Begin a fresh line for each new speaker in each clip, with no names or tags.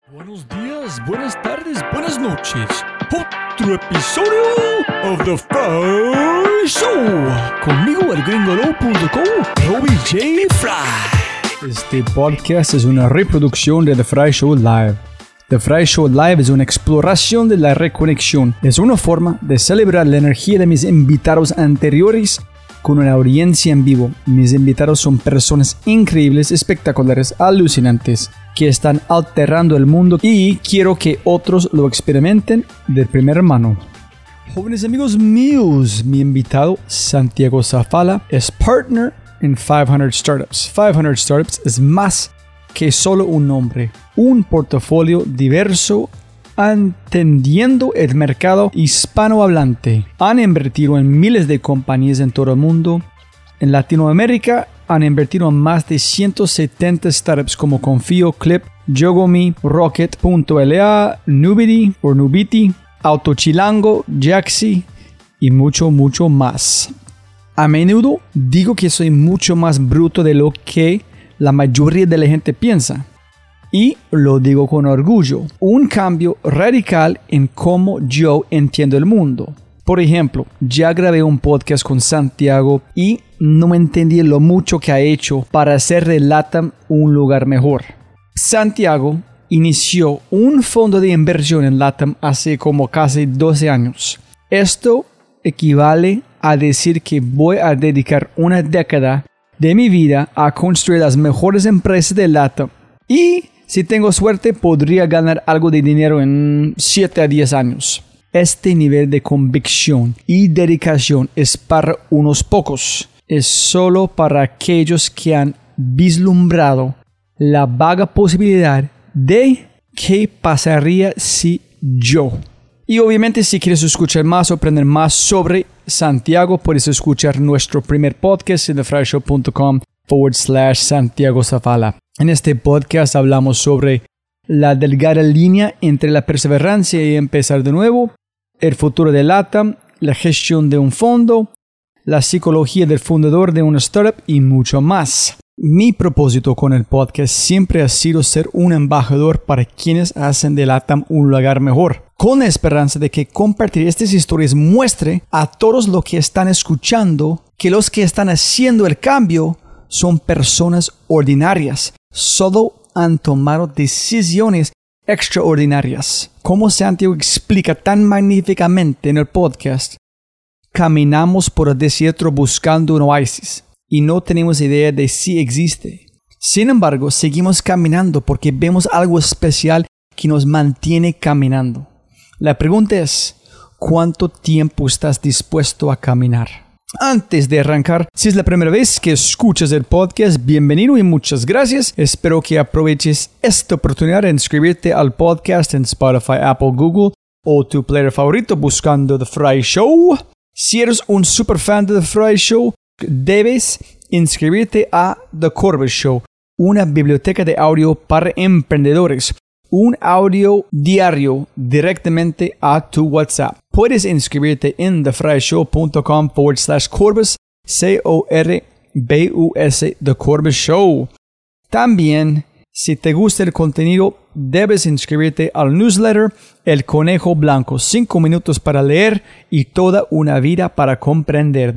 Buenos días, buenas tardes, buenas noches. Otro episodio of The Fry Show. Conmigo, el gringolo.com, Robbie J. Fry. Este podcast es una reproducción de The Fry Show Live. The Fry Show Live es una exploración de la reconexión. Es una forma de celebrar la energía de mis invitados anteriores con una audiencia en vivo. Mis invitados son personas increíbles, espectaculares, alucinantes, que están alterando el mundo y quiero que otros lo experimenten de primera mano. Jóvenes amigos míos, mi invitado Santiago Zafala es partner en 500 Startups. 500 Startups es más que solo un nombre, un portafolio diverso entendiendo el mercado hispanohablante. Han invertido en miles de compañías en todo el mundo. En Latinoamérica han invertido en más de 170 startups como Confío, Clip, Yogomi, Rocket.la, Nubity, Autochilango, Jaxi y mucho más. A menudo digo que soy mucho más bruto de lo que la mayoría de la gente piensa. Y lo digo con orgullo. Un cambio radical en cómo yo entiendo el mundo. Por ejemplo, ya grabé un podcast con Santiago y no entendí lo mucho que ha hecho para hacer de LATAM un lugar mejor. Santiago inició un fondo de inversión en LATAM hace como casi 12 años. Esto equivale a decir que voy a dedicar una década de mi vida a construir las mejores empresas de LATAM. Y si tengo suerte, podría ganar algo de dinero en 7 a 10 años. Este nivel de convicción y dedicación es para unos pocos. Es solo para aquellos que han vislumbrado la vaga posibilidad de qué pasaría si yo. Y obviamente si quieres escuchar más o aprender más sobre Santiago, puedes escuchar nuestro primer podcast en thefryshow.com/Santiago Zafala. En este podcast hablamos sobre la delgada línea entre la perseverancia y empezar de nuevo, el futuro de LATAM, la gestión de un fondo, la psicología del fundador de una startup y mucho más. Mi propósito con el podcast siempre ha sido ser un embajador para quienes hacen de LATAM un lugar mejor, con la esperanza de que compartir estas historias muestre a todos los que están escuchando que los que están haciendo el cambio son personas ordinarias. Solo han tomado decisiones extraordinarias. Como Santiago explica tan magníficamente en el podcast, caminamos por el desierto buscando un oasis y no tenemos idea de si existe. Sin embargo, seguimos caminando porque vemos algo especial que nos mantiene caminando. La pregunta es, ¿cuánto tiempo estás dispuesto a caminar? Antes de arrancar, si es la primera vez que escuchas el podcast, bienvenido y muchas gracias. Espero que aproveches esta oportunidad de inscribirte al podcast en Spotify, Apple, Google o tu player favorito buscando The Fry Show. Si eres un super fan de The Fry Show, debes inscribirte a The Corbett Show, una biblioteca de audio para emprendedores. Un audio diario directamente a tu WhatsApp. Puedes inscribirte en thefryshow.com/Corbus, CORBUS, The Corbett Show. También, si te gusta el contenido, debes inscribirte al newsletter El Conejo Blanco. 5 minutos para leer y toda una vida para comprender.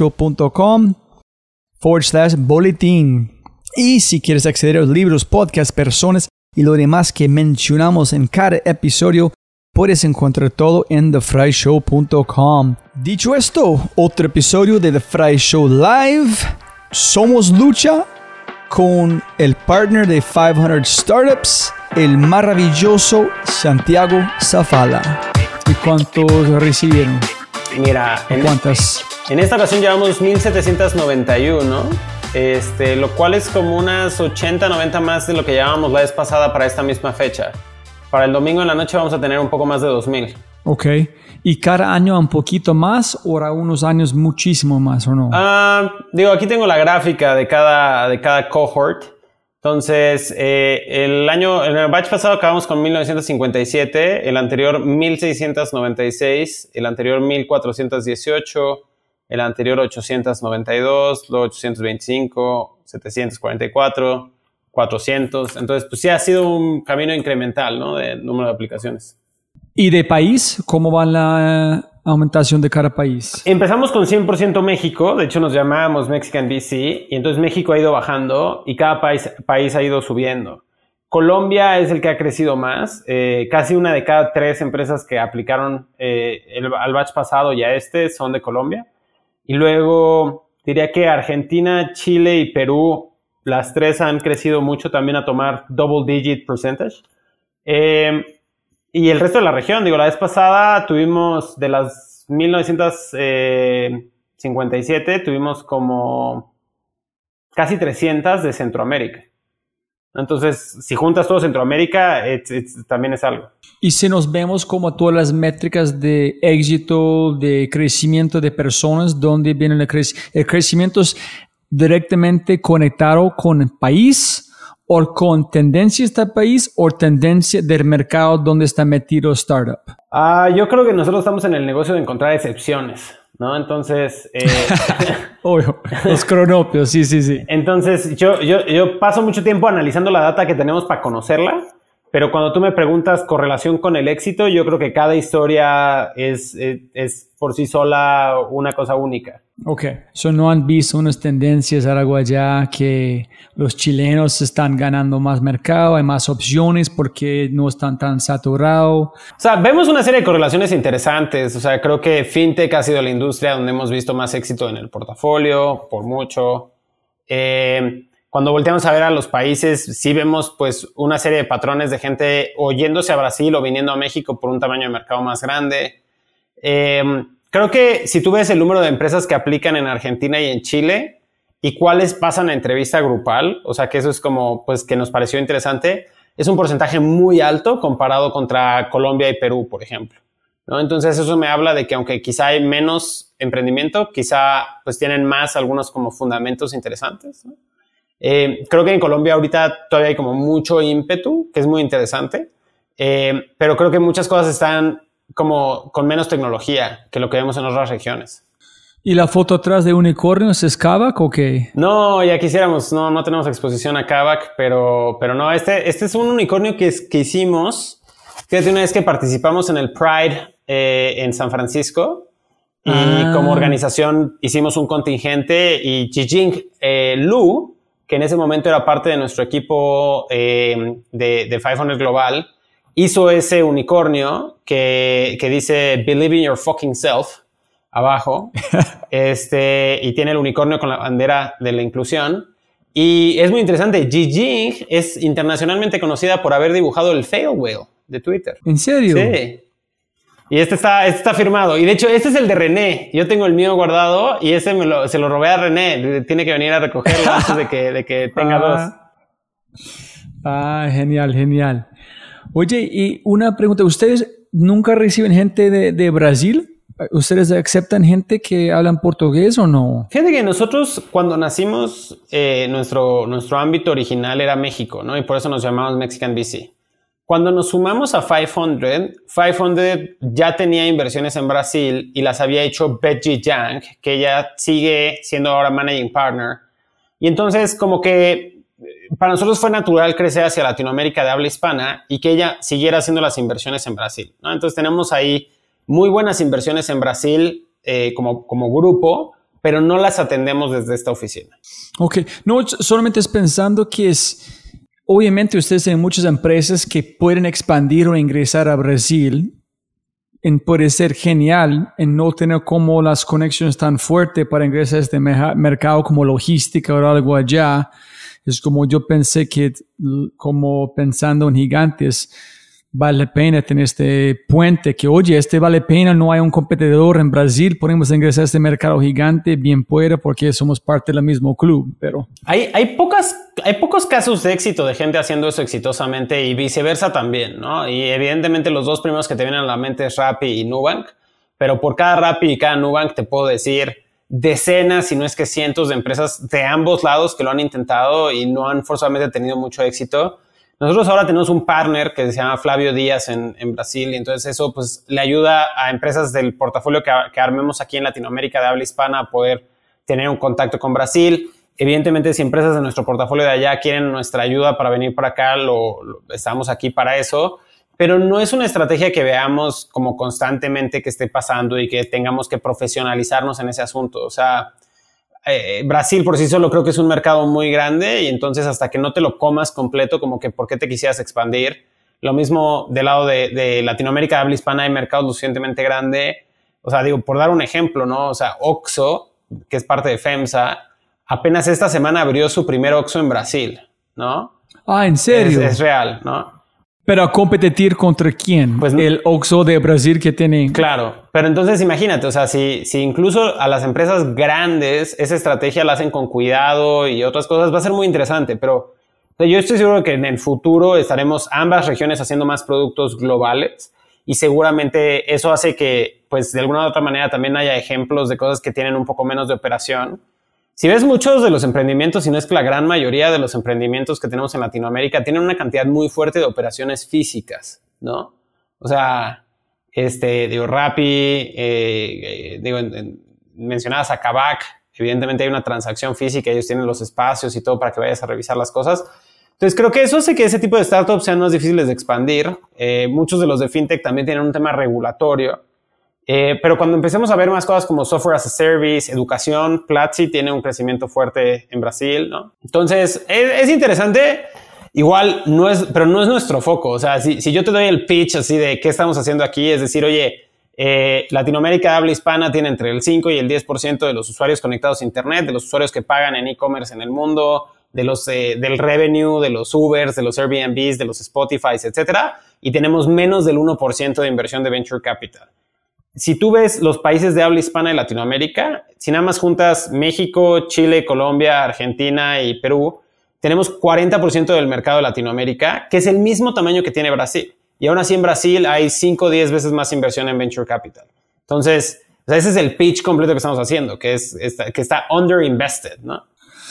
thefryshow.com/boletín. Y si quieres acceder a los libros, podcasts, personas y lo demás que mencionamos en cada episodio, puedes encontrar todo en thefryshow.com. Dicho esto, otro episodio de The Fry Show Live. Somos Lucha con el partner de 500 Startups, el maravilloso Santiago Zafala. ¿Y cuántos recibieron?
Mira,
¿Cuántas?
En esta ocasión llevamos 1791. Lo cual es como unas 80, 90 más de lo que llevábamos la vez pasada para esta misma fecha. Para el domingo en la noche vamos a tener un poco más de 2,000.
Ok. ¿Y cada año un poquito más o a unos años muchísimo más o no?
Aquí tengo la gráfica de cada cohort. Entonces, en el batch pasado acabamos con 1957, el anterior 1696, el anterior 1418, el anterior 892, luego 825, 744, 400. Entonces, pues sí ha sido un camino incremental, ¿no? De número de aplicaciones.
¿Y de país? ¿Cómo va la aumentación de cada país?
Empezamos con 100% México, de hecho nos llamábamos Mexican VC, y entonces México ha ido bajando y cada país ha ido subiendo. Colombia es el que ha crecido más, casi una de cada 3 empresas que aplicaron al batch pasado y a son de Colombia. Y luego diría que Argentina, Chile y Perú, las 3 han crecido mucho también a tomar double digit percentage. Y el resto de la región, la vez pasada tuvimos de las 1957, tuvimos como casi 300 de Centroamérica. Entonces, si juntas todo Centroamérica, también es algo.
Y si nos vemos como todas las métricas de éxito, de crecimiento de personas, ¿dónde viene el crecimiento? ¿Es directamente conectado con el país o con tendencias del país o tendencia del mercado donde está metido startup?
Yo creo que nosotros estamos en el negocio de encontrar excepciones, ¿no? Entonces...
Obvio, los cronopios, sí.
Entonces, yo paso mucho tiempo analizando la data que tenemos para conocerla, pero cuando tú me preguntas correlación con el éxito, yo creo que cada historia es por sí sola una cosa única.
Ok, no han visto unas tendencias algo allá que los chilenos están ganando más mercado, hay más opciones porque no están tan saturados.
O sea, vemos una serie de correlaciones interesantes. O sea, creo que FinTech ha sido la industria donde hemos visto más éxito en el portafolio, por mucho. Cuando volteamos a ver a los países, sí vemos pues una serie de patrones de gente o yéndose a Brasil o viniendo a México por un tamaño de mercado más grande. Creo que si tú ves el número de empresas que aplican en Argentina y en Chile y cuáles pasan a entrevista grupal, o sea que eso es como pues que nos pareció interesante, es un porcentaje muy alto comparado contra Colombia y Perú, por ejemplo, ¿no? Entonces eso me habla de que aunque quizá hay menos emprendimiento, quizá pues tienen más algunos como fundamentos interesantes, ¿no? Creo que en Colombia ahorita todavía hay como mucho ímpetu, que es muy interesante, pero creo que muchas cosas están como con menos tecnología que lo que vemos en otras regiones.
¿Y la foto atrás de unicornios es Kavak o qué?
No, ya quisiéramos, no tenemos exposición a Kavak, pero no, este es un unicornio que hicimos. Fíjate, una vez que participamos en el Pride en San Francisco y como organización hicimos un contingente y Jijing Lu, que en ese momento era parte de nuestro equipo de 500 Global, hizo ese unicornio que dice Believe in your fucking self abajo y tiene el unicornio con la bandera de la inclusión y es muy interesante. Jijing es internacionalmente conocida por haber dibujado el fail whale de Twitter.
¿En serio?
Sí. Y este está firmado. Y de hecho, este es el de René. Yo tengo el mío guardado y ese se lo robé a René. Tiene que venir a recogerlo antes de que tenga dos.
Genial. Oye, y una pregunta. ¿Ustedes nunca reciben gente de Brasil? ¿Ustedes aceptan gente que hablan portugués o no?
Fíjate que nosotros cuando nacimos, nuestro ámbito original era México, ¿no? Y por eso nos llamamos Mexican VC. Cuando nos sumamos a 500 ya tenía inversiones en Brasil y las había hecho Betty Yang, que ella sigue siendo ahora Managing Partner. Y entonces como que para nosotros fue natural crecer hacia Latinoamérica de habla hispana y que ella siguiera haciendo las inversiones en Brasil, ¿no? Entonces tenemos ahí muy buenas inversiones en Brasil como grupo, pero no las atendemos desde esta oficina.
Ok, no, solamente es pensando que es... Obviamente ustedes tienen muchas empresas que pueden expandir o ingresar a Brasil. Puede ser genial en no tener como las conexiones tan fuertes para ingresar a este mercado como logística o algo allá. Es como yo pensé que, como pensando en gigantes, vale la pena tener este puente que, oye, vale la pena, no hay un competidor en Brasil, podemos ingresar a este mercado gigante, bien pueda, porque somos parte del mismo club, pero...
Hay pocos casos de éxito de gente haciendo eso exitosamente y viceversa también, ¿no? Y evidentemente los dos primeros que te vienen a la mente es Rappi y Nubank, pero por cada Rappi y cada Nubank te puedo decir decenas, si no es que cientos de empresas de ambos lados que lo han intentado y no han forzosamente tenido mucho éxito. Nosotros ahora tenemos un partner que se llama Flavio Díaz en Brasil y entonces eso pues le ayuda a empresas del portafolio que armemos aquí en Latinoamérica de habla hispana a poder tener un contacto con Brasil. Evidentemente, si empresas de nuestro portafolio de allá quieren nuestra ayuda para venir para acá, estamos aquí para eso. Pero no es una estrategia que veamos como constantemente que esté pasando y que tengamos que profesionalizarnos en ese asunto. O sea, Brasil por sí solo creo que es un mercado muy grande y entonces hasta que no te lo comas completo, como que ¿por qué te quisieras expandir? Lo mismo del lado de Latinoamérica, de habla hispana, hay mercados lo suficientemente grande. O sea, digo, por dar un ejemplo, ¿no? O sea, Oxxo, que es parte de FEMSA, apenas esta semana abrió su primer Oxxo en Brasil, ¿no?
Ah, ¿en serio?
Es real, ¿no?
¿Pero a competir contra quién?
Pues,
el Oxxo de Brasil que tiene...
Claro, pero entonces imagínate, o sea, si incluso a las empresas grandes esa estrategia la hacen con cuidado y otras cosas, va a ser muy interesante, pero yo estoy seguro que en el futuro estaremos ambas regiones haciendo más productos globales y seguramente eso hace que, pues, de alguna u otra manera también haya ejemplos de cosas que tienen un poco menos de operación. Si ves muchos de los emprendimientos, si no es que la gran mayoría de los emprendimientos que tenemos en Latinoamérica tienen una cantidad muy fuerte de operaciones físicas, ¿no? O sea, digo, Rappi, mencionabas a Kavak, evidentemente hay una transacción física, ellos tienen los espacios y todo para que vayas a revisar las cosas. Entonces, creo que eso hace que ese tipo de startups sean más difíciles de expandir. Muchos de los de fintech también tienen un tema regulatorio. Pero cuando empecemos a ver más cosas como software as a service, educación, Platzi tiene un crecimiento fuerte en Brasil, ¿no? Entonces, es interesante. Igual, pero no es nuestro foco. O sea, si yo te doy el pitch así de qué estamos haciendo aquí, es decir, oye, Latinoamérica de habla hispana tiene entre el 5 y el 10% de los usuarios conectados a Internet, de los usuarios que pagan en e-commerce en el mundo, del revenue, de los Ubers, de los Airbnbs, de los Spotify, etcétera, y tenemos menos del 1% de inversión de venture capital. Si tú ves los países de habla hispana de Latinoamérica, si nada más juntas México, Chile, Colombia, Argentina y Perú, tenemos 40% del mercado de Latinoamérica, que es el mismo tamaño que tiene Brasil. Y aún así en Brasil hay 5 o 10 veces más inversión en venture capital. Entonces, o sea, ese es el pitch completo que estamos haciendo, que está underinvested, ¿no?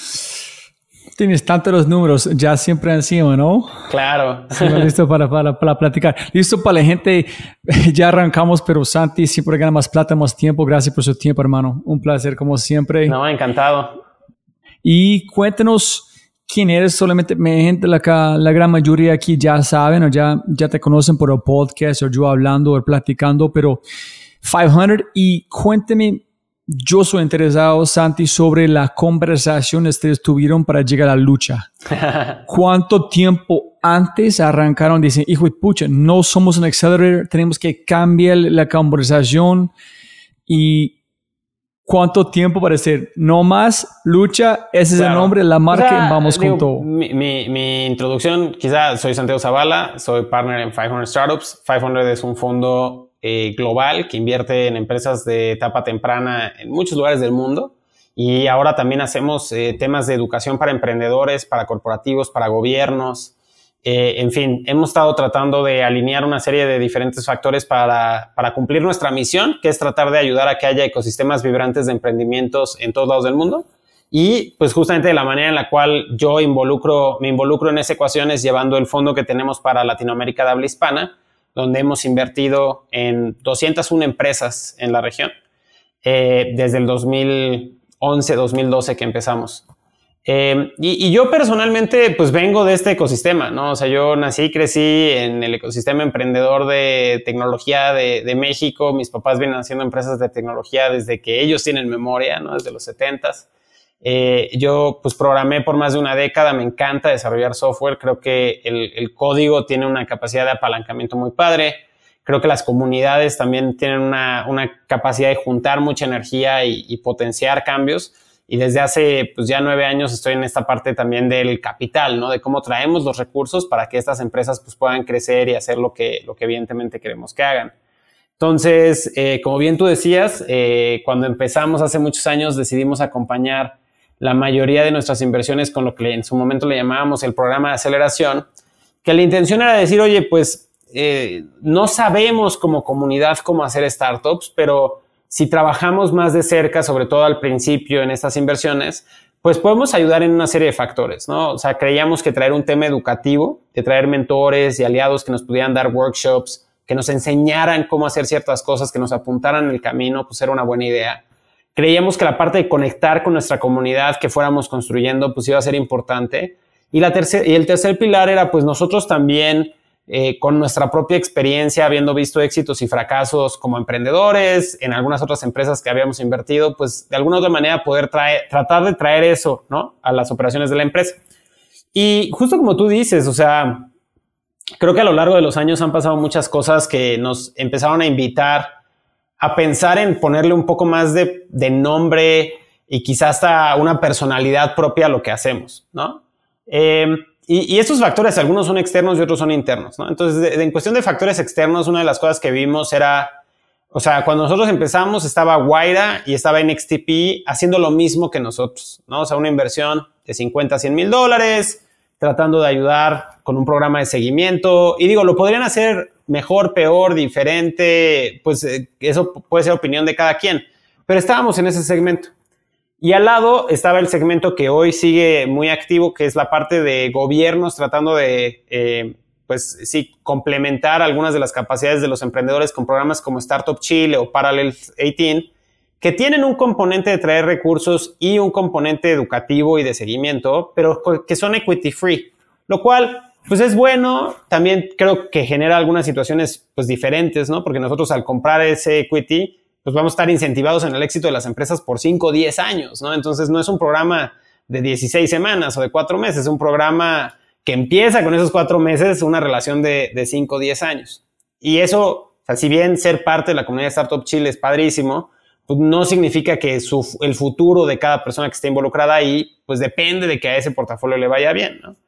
Tienes tantos los números ya siempre encima, ¿no?
Claro.
Sí, listo para platicar. Listo para la gente. Ya arrancamos, pero Santi siempre gana más plata, más tiempo. Gracias por su tiempo, hermano. Un placer, como siempre.
No, encantado.
Y cuéntanos quién eres. Solamente gente, la gran mayoría aquí ya saben o ya te conocen por el podcast o yo hablando o platicando, pero 500 y cuéntame. Yo soy interesado, Santi, sobre la conversación que ustedes tuvieron para llegar a la lucha. ¿Cuánto tiempo antes arrancaron? Dicen, hijo de pucha, no somos un accelerator, tenemos que cambiar la conversación. ¿Y cuánto tiempo para decir, no más, lucha, ese es el nombre, la marca, o sea, vamos con todo?
Mi introducción, quizá soy Santiago Zavala, soy partner en 500 Startups. 500 es un fondo global que invierte en empresas de etapa temprana en muchos lugares del mundo y ahora también hacemos temas de educación para emprendedores, para corporativos, para gobiernos. En fin, hemos estado tratando de alinear una serie de diferentes factores para cumplir nuestra misión, que es tratar de ayudar a que haya ecosistemas vibrantes de emprendimientos en todos lados del mundo. Y pues justamente de la manera en la cual yo me involucro en esa ecuación es llevando el fondo que tenemos para Latinoamérica de habla hispana, donde hemos invertido en 201 empresas en la región desde el 2011, 2012 que empezamos. Y yo personalmente pues vengo de este ecosistema, ¿no? O sea, yo nací y crecí en el ecosistema emprendedor de tecnología de México. Mis papás vienen haciendo empresas de tecnología desde que ellos tienen memoria, ¿no? Desde los 70s. Yo pues programé por más de una década, me encanta desarrollar software, creo que el código tiene una capacidad de apalancamiento muy padre, creo que las comunidades también tienen una capacidad de juntar mucha energía y potenciar cambios y desde hace pues ya 9 años estoy en esta parte también del capital, ¿no? De cómo traemos los recursos para que estas empresas pues puedan crecer y hacer lo que evidentemente queremos que hagan. Entonces, como bien tú decías, cuando empezamos hace muchos años decidimos acompañar la mayoría de nuestras inversiones con lo que en su momento le llamábamos el programa de aceleración, que la intención era decir, oye, pues no sabemos como comunidad cómo hacer startups, pero si trabajamos más de cerca, sobre todo al principio en estas inversiones, pues podemos ayudar en una serie de factores, ¿no? O sea, creíamos que traer un tema educativo, de traer mentores y aliados que nos pudieran dar workshops, que nos enseñaran cómo hacer ciertas cosas, que nos apuntaran el camino, pues era una buena idea. creíamos que la parte de conectar con nuestra comunidad que fuéramos construyendo pues iba a ser importante. Y el tercer pilar era pues nosotros también con nuestra propia experiencia, habiendo visto éxitos y fracasos como emprendedores, en algunas otras empresas que habíamos invertido, pues de alguna u otra manera poder tratar de traer eso, ¿no?, a las operaciones de la empresa. Y justo como tú dices, o sea, creo que a lo largo de los años han pasado muchas cosas que nos empezaron a invitar a pensar en ponerle un poco más de nombre y quizás hasta una personalidad propia a lo que hacemos, ¿no? Y estos factores, algunos son externos y otros son internos, ¿no? Entonces, en cuestión de factores externos, una de las cosas que vimos era, o sea, cuando nosotros empezamos estaba Guaira y estaba NXTP haciendo lo mismo que nosotros, ¿no? O sea, una inversión de $50 a $100,000, tratando de ayudar con un programa de seguimiento. Y digo, lo podrían hacer mejor, peor, diferente, pues eso puede ser opinión de cada quien. Pero estábamos en ese segmento. Y al lado estaba el segmento que hoy sigue muy activo, que es la parte de gobiernos tratando de, pues sí, complementar algunas de las capacidades de los emprendedores con programas como Startup Chile o Parallel 18, que tienen un componente de traer recursos y un componente educativo y de seguimiento, pero que son equity free, lo cual pues es bueno. También creo que genera algunas situaciones pues diferentes, ¿no? Porque nosotros al comprar ese equity pues vamos a estar incentivados en el éxito de las empresas por 5 o 10 años, ¿no? Entonces no es un programa de 16 semanas o de 4 meses, es un programa que empieza con esos 4 meses, una relación de 5 o 10 años. Y eso, o sea, si bien ser parte de la comunidad de Startup Chile es padrísimo, pues no significa que el futuro de cada persona que esté involucrada ahí, pues depende de que a ese portafolio le vaya bien, ¿no?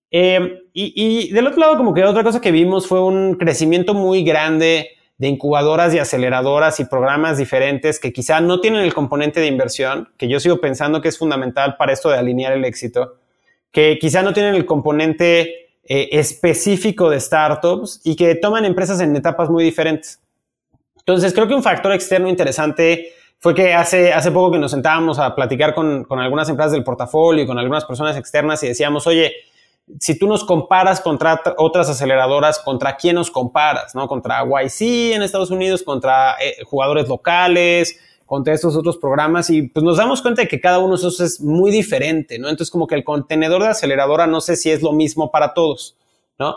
Y del otro lado, como que otra cosa que vimos fue un crecimiento muy grande de incubadoras y aceleradoras y programas diferentes que quizá no tienen el componente de inversión, que yo sigo pensando que es fundamental para esto de alinear el éxito, que quizá no tienen el componente específico de startups y que toman empresas en etapas muy diferentes. Entonces, creo que un factor externo interesante fue que hace poco que nos sentábamos a platicar con algunas empresas del portafolio y con algunas personas externas y decíamos, oye, si tú nos comparas contra otras aceleradoras, ¿contra quién nos comparas? ¿No? Contra YC en Estados Unidos, contra jugadores locales, contra estos otros programas, y pues nos damos cuenta de que cada uno de esos es muy diferente, ¿no? Entonces como que el contenedor de aceleradora no sé si es lo mismo para todos, ¿no?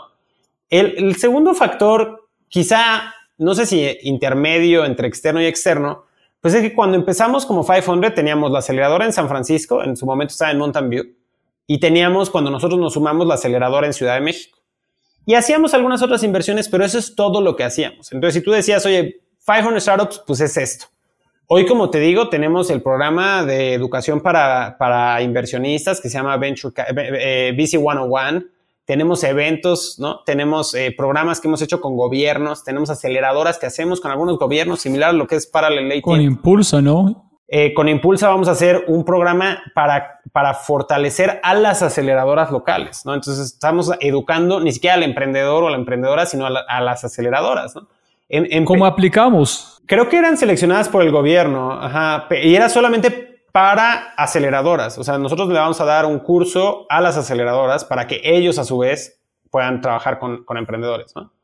El segundo factor, quizá, no sé si intermedio entre externo y externo, pues es que cuando empezamos como 500 teníamos la aceleradora en San Francisco, en su momento estaba en Mountain View, y teníamos, cuando nosotros nos sumamos, la aceleradora en Ciudad de México. Y hacíamos algunas otras inversiones, pero eso es todo lo que hacíamos. Entonces, si tú decías, oye, 500 Startups, pues es esto. Hoy, como te digo, tenemos el programa de educación para inversionistas que se llama VC 101. Tenemos eventos, ¿no? Tenemos programas que hemos hecho con gobiernos. Tenemos aceleradoras que hacemos con algunos gobiernos, similar a lo que es Parallel 18.
Con Impulsa, ¿no?
Con Impulsa vamos a hacer un programa para fortalecer a las aceleradoras locales, ¿no? Entonces estamos educando ni siquiera al emprendedor o a la emprendedora, sino a las aceleradoras, ¿no?
¿Cómo aplicamos?
Creo que eran seleccionadas por el gobierno, ajá, y era solamente para aceleradoras. O sea, nosotros le vamos a dar un curso a las aceleradoras para que ellos a su vez puedan trabajar con emprendedores, ¿no?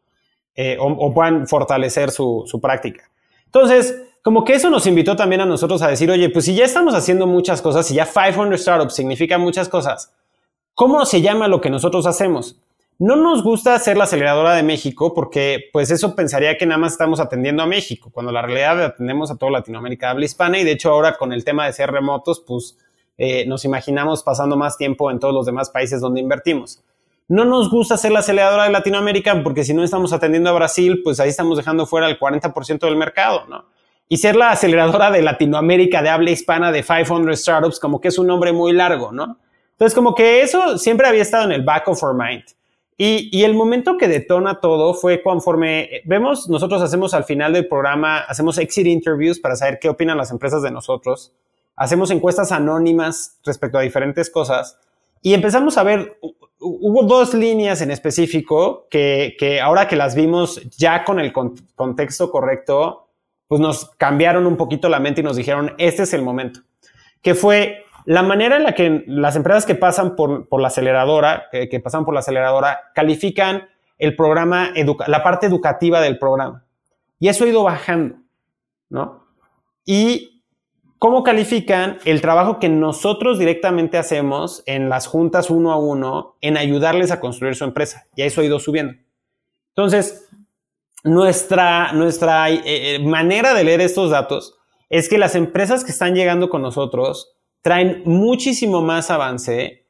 O puedan fortalecer su práctica. Entonces, como que eso nos invitó también a nosotros a decir, oye, pues si ya estamos haciendo muchas cosas, si ya 500 Startups significa muchas cosas, ¿cómo se llama lo que nosotros hacemos? No nos gusta ser la aceleradora de México porque pues eso pensaría que nada más estamos atendiendo a México, cuando la realidad atendemos a toda Latinoamérica habla hispana, y de hecho ahora con el tema de ser remotos, pues nos imaginamos pasando más tiempo en todos los demás países donde invertimos. No nos gusta ser la aceleradora de Latinoamérica porque si no estamos atendiendo a Brasil, pues ahí estamos dejando fuera el 40% del mercado, ¿no? Y ser la aceleradora de Latinoamérica de habla hispana de 500 Startups como que es un nombre muy largo, ¿no? Entonces como que eso siempre había estado en el back of our mind. Y el momento que detona todo fue conforme vemos, nosotros hacemos al final del programa, hacemos exit interviews para saber qué opinan las empresas de nosotros, hacemos encuestas anónimas respecto a diferentes cosas y empezamos a ver, hubo 2 líneas en específico que ahora que las vimos ya con el contexto correcto, pues nos cambiaron un poquito la mente y nos dijeron, este es el momento, que fue la manera en la que las empresas que pasan por la aceleradora, que pasan por la aceleradora, califican el programa, la parte educativa del programa. Y eso ha ido bajando, ¿no? Y cómo califican el trabajo que nosotros directamente hacemos en las juntas 1 a 1 en ayudarles a construir su empresa. Y eso ha ido subiendo. Entonces, nuestra manera de leer estos datos es que las empresas que están llegando con nosotros traen muchísimo más avance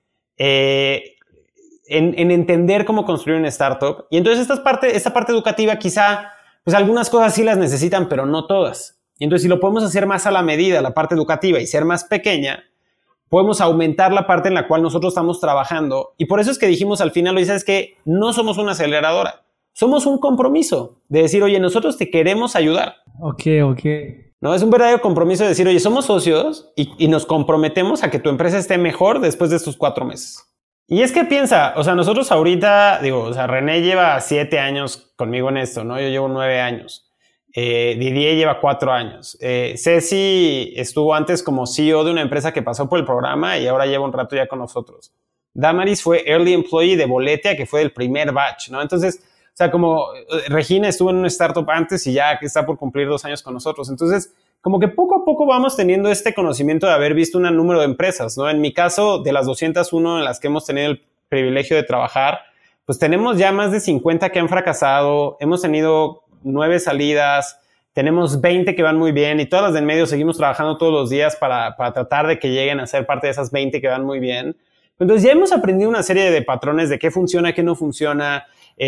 en entender cómo construir una startup. Y entonces esta parte educativa quizá, pues algunas cosas sí las necesitan, pero no todas. Y entonces si lo podemos hacer más a la medida, la parte educativa, y ser más pequeña, podemos aumentar la parte en la cual nosotros estamos trabajando. Y por eso es que dijimos al final, es que no somos una aceleradora. Somos un compromiso de decir, oye, nosotros te queremos ayudar.
Ok.
No, es un verdadero compromiso de decir, oye, somos socios y nos comprometemos a que tu empresa esté mejor después de estos 4 meses. Y es que piensa, o sea, nosotros ahorita, René lleva 7 años conmigo en esto, ¿no? Yo llevo 9 años. Didier lleva 4 años. Ceci estuvo antes como CEO de una empresa que pasó por el programa y ahora lleva un rato ya con nosotros. Damaris fue Early Employee de Boletia, que fue del primer batch, ¿no? Entonces, o sea, como Regina estuvo en una startup antes y ya está por cumplir 2 años con nosotros. Entonces, como que poco a poco vamos teniendo este conocimiento de haber visto un número de empresas, ¿no? En mi caso, de las 201 en las que hemos tenido el privilegio de trabajar, pues tenemos ya más de 50 que han fracasado, hemos tenido 9 salidas, tenemos 20 que van muy bien y todas las de en medio seguimos trabajando todos los días para tratar de que lleguen a ser parte de esas 20 que van muy bien. Entonces ya hemos aprendido una serie de patrones de qué funciona, qué no funciona,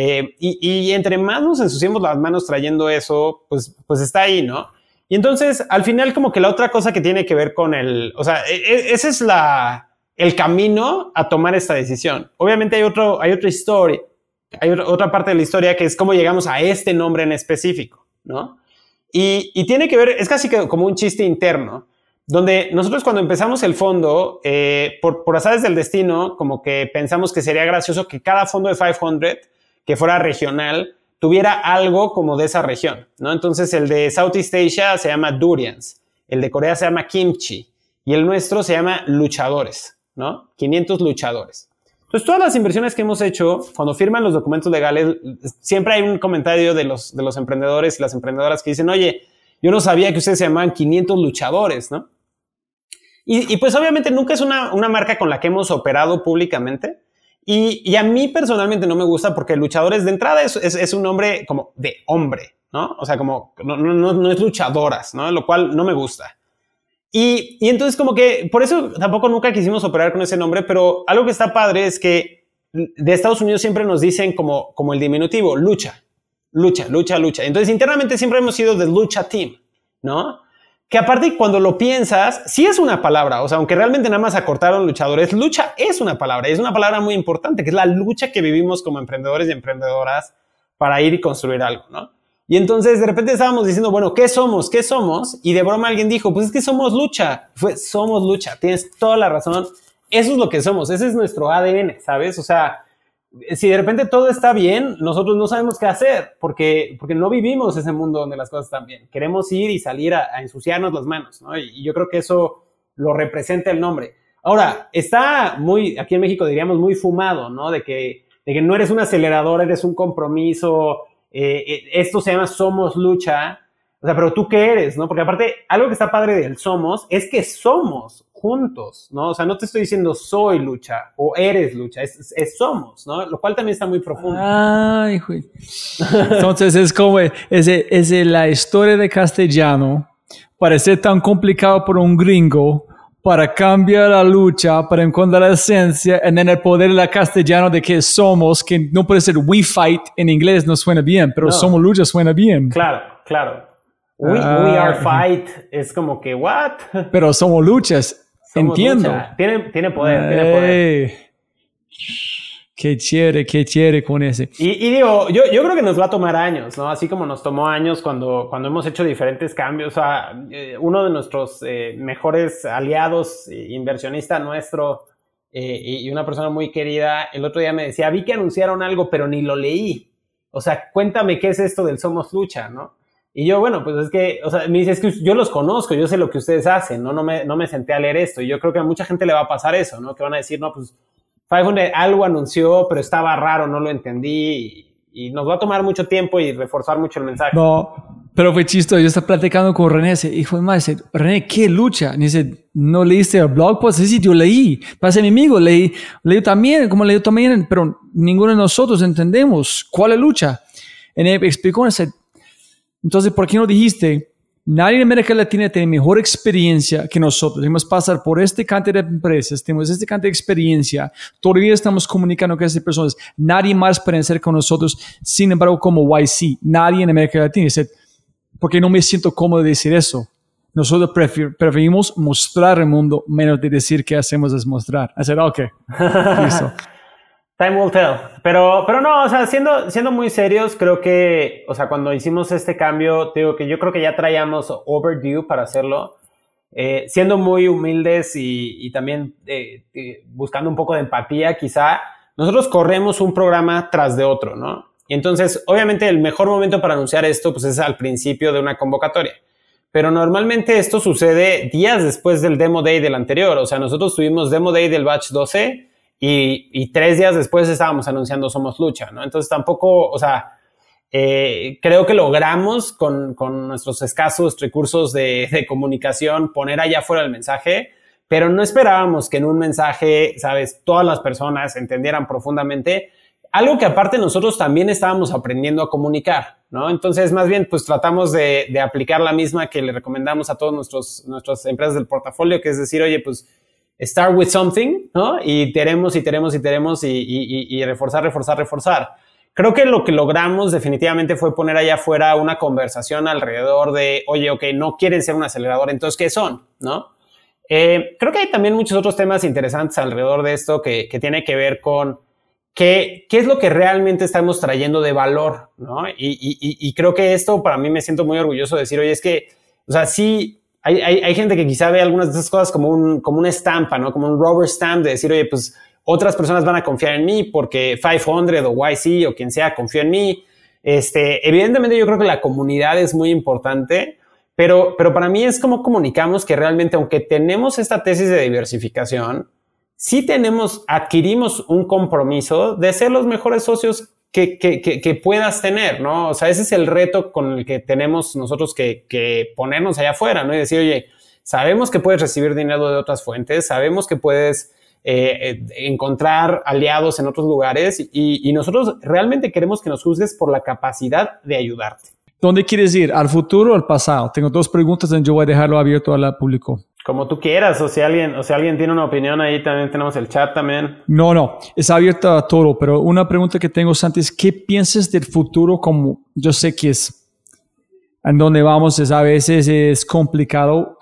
y entre más nos ensuciemos las manos trayendo eso, pues está ahí, ¿no? Y entonces al final como que la otra cosa que tiene que ver con ese es el camino a tomar esta decisión. Obviamente hay otra historia. Hay otra parte de la historia que es cómo llegamos a este nombre en específico, ¿no? Y tiene que ver, es casi como un chiste interno, donde nosotros cuando empezamos el fondo, por azares del destino, como que pensamos que sería gracioso que cada fondo de 500 que fuera regional tuviera algo como de esa región, ¿no? Entonces el de Southeast Asia se llama Durians, el de Corea se llama Kimchi y el nuestro se llama Luchadores, ¿no? 500 luchadores. Entonces, todas las inversiones que hemos hecho, cuando firman los documentos legales, siempre hay un comentario de los emprendedores y las emprendedoras que dicen, oye, yo no sabía que ustedes se llamaban 500 luchadores, ¿no? Y pues obviamente nunca es una marca con la que hemos operado públicamente. Y a mí personalmente no me gusta porque luchadores de entrada es un nombre como de hombre, ¿no? O sea, como no es luchadoras, ¿no? Lo cual no me gusta. Y entonces como que por eso tampoco nunca quisimos operar con ese nombre, pero algo que está padre es que de Estados Unidos siempre nos dicen como el diminutivo, lucha. Entonces internamente siempre hemos sido The Lucha Team, ¿no? Que aparte cuando lo piensas, sí es una palabra, o sea, aunque realmente nada más acortaron luchadores, lucha es una palabra, y es una palabra muy importante, que es la lucha que vivimos como emprendedores y emprendedoras para ir y construir algo, ¿no? Y entonces de repente estábamos diciendo, bueno, ¿qué somos? Y de broma alguien dijo, pues es que somos lucha. Somos lucha, tienes toda la razón. Eso es lo que somos, ese es nuestro ADN, ¿sabes? O sea, si de repente todo está bien, nosotros no sabemos qué hacer porque no vivimos ese mundo donde las cosas están bien. Queremos ir y salir a ensuciarnos las manos, ¿no? Y yo creo que eso lo representa el nombre. Ahora, está aquí en México diríamos muy fumado, ¿no? De que no eres un acelerador, eres un compromiso. Esto se llama Somos Lucha, o sea, pero tú qué eres, ¿no? Porque aparte, algo que está padre del somos es que somos juntos, ¿no? O sea, no te estoy diciendo soy lucha o eres lucha, es somos, ¿no? Lo cual también está muy profundo.
Ay, güey. Entonces es como es la historia de castellano, parece tan complicado por un gringo, para cambiar la lucha, para encontrar la esencia, y en el poder de la castellano de que somos, que no puede ser we fight en inglés, no suena bien, pero no. Somos lucha suena bien.
Claro. We are fight es como que, what?
Pero somos luchas, somos entiendo.
Lucha. Tiene poder.
Qué chévere con ese.
Y digo, yo creo que nos va a tomar años, ¿no? Así como nos tomó años cuando hemos hecho diferentes cambios. O sea, uno de nuestros mejores aliados, inversionista nuestro y una persona muy querida, el otro día me decía, vi que anunciaron algo, pero ni lo leí. O sea, cuéntame qué es esto del Somos Lucha, ¿no? Y yo, bueno, pues es que, o sea, me dice, es que yo los conozco, yo sé lo que ustedes hacen, ¿no? No me senté a leer esto. Y yo creo que a mucha gente le va a pasar eso, ¿no? Que van a decir, no, pues 500 algo anunció, pero estaba raro, no lo entendí y nos va a tomar mucho tiempo y reforzar mucho el mensaje.
No, Pero fue chistoso. Yo estaba platicando con René. Hijo de madre, dice, René, ¿qué lucha? Y dice, ¿no leíste el blog post? Sí, yo leí. Pasa mi amigo, leí también, como leí también, pero ninguno de nosotros entendemos cuál es la lucha. Y él explicó, dice, entonces, ¿por qué no dijiste? Nadie en América Latina tiene mejor experiencia que nosotros. Debemos pasar por este cantidad de empresas, tenemos este cantidad de experiencia. Todavía estamos comunicando con esas personas. Nadie más puede hacer con nosotros. Sin embargo, como YC, nadie en América Latina dice, porque no me siento cómodo de decir eso. Nosotros preferimos mostrar al mundo menos de decir que hacemos es mostrar. Hacer, ok, listo.
Time will tell. Pero no, o sea, siendo muy serios, creo que, o sea, cuando hicimos este cambio, te digo que yo creo que ya traíamos overdue para hacerlo. Siendo muy humildes y también buscando un poco de empatía, quizá, nosotros corremos un programa tras de otro, ¿no? Y entonces, obviamente, el mejor momento para anunciar esto, pues es al principio de una convocatoria. Pero normalmente esto sucede días después del Demo Day del anterior. O sea, nosotros tuvimos Demo Day del Batch 12 y 3 días después estábamos anunciando Somos Lucha, ¿no? Entonces tampoco, o sea, creo que logramos con nuestros escasos recursos de comunicación poner allá afuera el mensaje, pero no esperábamos que en un mensaje, ¿sabes?, todas las personas entendieran profundamente algo que aparte nosotros también estábamos aprendiendo a comunicar, ¿no? Entonces, más bien, pues tratamos de aplicar la misma que le recomendamos a todas nuestras empresas del portafolio, que es decir, oye, pues, start with something, ¿no? Y iteremos y reforzar. Creo que lo que logramos definitivamente fue poner allá afuera una conversación alrededor de, oye, ok, no quieren ser un acelerador, entonces, ¿qué son? ¿No? Creo que hay también muchos otros temas interesantes alrededor de esto que tiene que ver con ¿Qué es lo que realmente estamos trayendo de valor, ¿no? Y creo que esto para mí me siento muy orgulloso de decir, oye, es que, o sea, sí, hay gente que quizá ve algunas de esas cosas como una estampa, ¿no? Como un rubber stamp de decir, oye, pues otras personas van a confiar en mí porque 500 o YC o quien sea confió en mí. Evidentemente yo creo que la comunidad es muy importante, pero para mí es como comunicamos que realmente, aunque tenemos esta tesis de diversificación, sí adquirimos un compromiso de ser los mejores socios que puedas tener, ¿no? O sea, ese es el reto con el que tenemos nosotros que ponernos allá afuera, ¿no? Y decir, oye, sabemos que puedes recibir dinero de otras fuentes, sabemos que puedes encontrar aliados en otros lugares y nosotros realmente queremos que nos juzgues por la capacidad de ayudarte.
¿Dónde quieres ir? ¿Al futuro o al pasado? Tengo 2 preguntas y yo voy a dejarlo abierto al público.
Como tú quieras, o si alguien tiene una opinión ahí, también tenemos el chat también.
No, es abierto a todo, pero una pregunta que tengo, Santi, es ¿qué piensas del futuro? Como yo sé que es en donde vamos, a veces es complicado,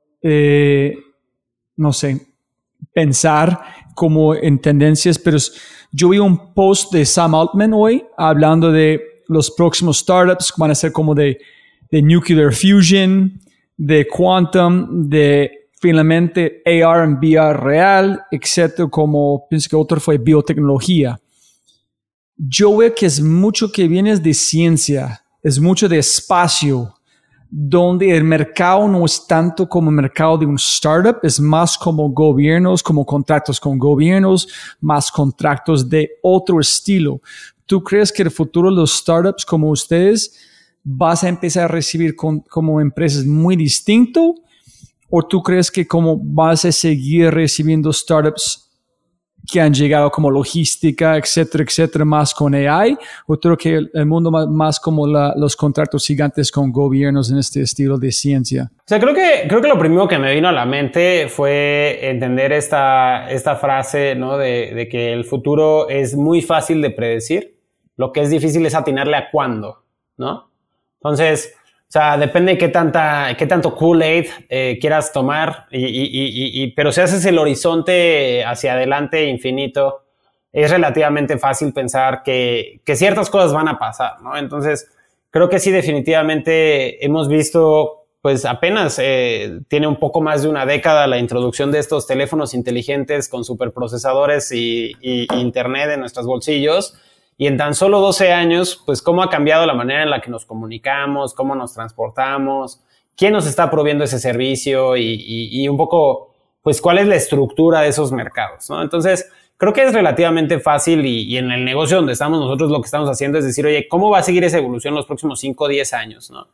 no sé, pensar como en tendencias, pero yo vi un post de Sam Altman hoy hablando de los próximos startups que van a ser como de nuclear fusion, de quantum, de finalmente AR and VR real, etcétera, como pienso que otro fue biotecnología. Yo veo que es mucho que viene de ciencia, es mucho de espacio, donde el mercado no es tanto como el mercado de un startup, es más como gobiernos, como contratos con gobiernos, más contratos de otro estilo. ¿Tú crees que el futuro de los startups como ustedes vas a empezar a recibir como empresas muy distinto? ¿O tú crees que como vas a seguir recibiendo startups que han llegado como logística, etcétera, más con AI? ¿O creo que el mundo más como los contratos gigantes con gobiernos en este estilo de ciencia?
O sea, creo que lo primero que me vino a la mente fue entender esta frase, ¿no? De que el futuro es muy fácil de predecir. Lo que es difícil es atinarle a cuándo, ¿no? Entonces, o sea, depende de qué tanto Kool-Aid quieras tomar, pero si haces el horizonte hacia adelante infinito, es relativamente fácil pensar que ciertas cosas van a pasar, ¿no? Entonces, creo que sí, definitivamente hemos visto, pues apenas tiene un poco más de una década la introducción de estos teléfonos inteligentes con superprocesadores y internet en nuestros bolsillos. Y en tan solo 12 años, pues cómo ha cambiado la manera en la que nos comunicamos, cómo nos transportamos, quién nos está proveyendo ese servicio y un poco, pues cuál es la estructura de esos mercados, ¿no? Entonces, creo que es relativamente fácil y en el negocio donde estamos nosotros lo que estamos haciendo es decir, oye, ¿cómo va a seguir esa evolución los próximos 5 o 10 años, ¿no?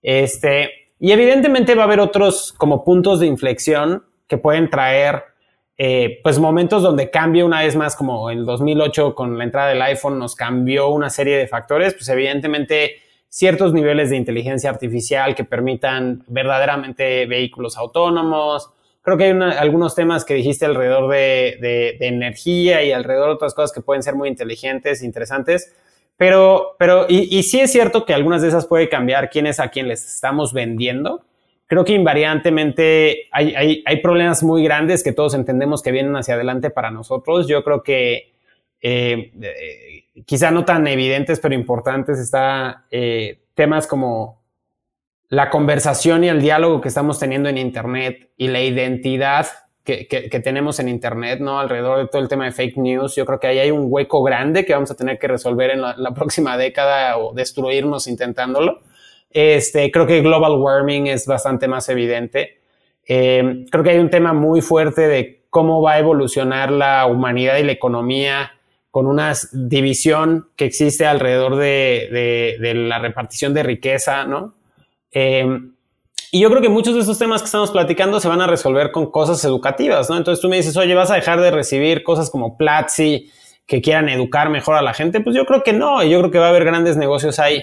Y evidentemente va a haber otros como puntos de inflexión que pueden traer pues momentos donde cambie una vez más, como en 2008 con la entrada del iPhone nos cambió una serie de factores, pues evidentemente ciertos niveles de inteligencia artificial que permitan verdaderamente vehículos autónomos. Creo que hay algunos temas que dijiste alrededor de energía y alrededor de otras cosas que pueden ser muy inteligentes, interesantes. Pero sí es cierto que algunas de esas puede cambiar quién es a quién les estamos vendiendo. Creo que invariantemente hay problemas muy grandes que todos entendemos que vienen hacia adelante para nosotros. Yo creo que quizá no tan evidentes, pero importantes, está temas como la conversación y el diálogo que estamos teniendo en Internet y la identidad que tenemos en Internet, ¿no? Alrededor de todo el tema de fake news. Yo creo que ahí hay un hueco grande que vamos a tener que resolver en la próxima década o destruirnos intentándolo. Creo que global warming es bastante más evidente. Creo que hay un tema muy fuerte de cómo va a evolucionar la humanidad y la economía con una división que existe alrededor de la repartición de riqueza, ¿no? Y yo creo que muchos de estos temas que estamos platicando se van a resolver con cosas educativas, ¿no? Entonces tú me dices, oye, ¿vas a dejar de recibir cosas como Platzi que quieran educar mejor a la gente? Pues yo creo que no, y yo creo que va a haber grandes negocios ahí.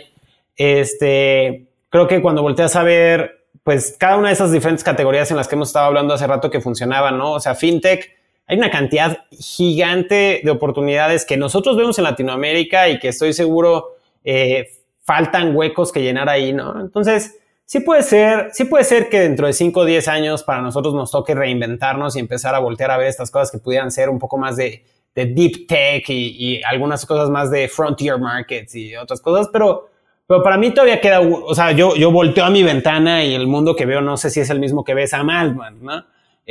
Creo que cuando volteas a ver, pues cada una de esas diferentes categorías en las que hemos estado hablando hace rato que funcionaban, ¿no? O sea, fintech, hay una cantidad gigante de oportunidades que nosotros vemos en Latinoamérica y que estoy seguro faltan huecos que llenar ahí, ¿no? Entonces, sí puede ser que dentro de 5 o 10 años para nosotros nos toque reinventarnos y empezar a voltear a ver estas cosas que pudieran ser un poco más de deep tech y algunas cosas más de frontier markets y otras cosas, pero para mí todavía queda, o sea, yo volteo a mi ventana y el mundo que veo no sé si es el mismo que ves a Altman, ¿no?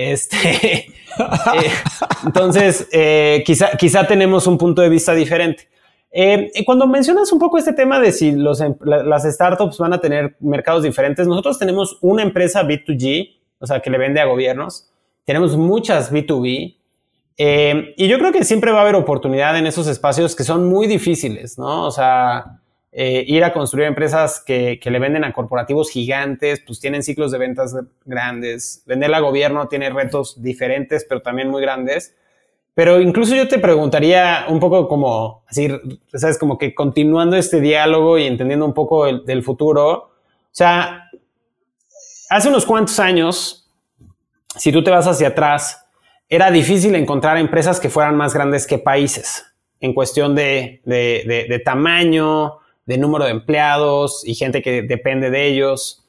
Entonces, quizá tenemos un punto de vista diferente. Cuando mencionas un poco este tema de si las startups van a tener mercados diferentes, nosotros tenemos una empresa B2G, o sea, que le vende a gobiernos, tenemos muchas B2B, y yo creo que siempre va a haber oportunidad en esos espacios que son muy difíciles, ¿no? O sea, ir a construir empresas que le venden a corporativos gigantes, pues tienen ciclos de ventas grandes. Venderle a gobierno tiene retos diferentes, pero también muy grandes. Pero incluso yo te preguntaría un poco como, así, ¿sabes? Como que continuando este diálogo y entendiendo un poco del futuro. O sea, hace unos cuantos años, si tú te vas hacia atrás, era difícil encontrar empresas que fueran más grandes que países en cuestión de tamaño, de número de empleados y gente que depende de ellos,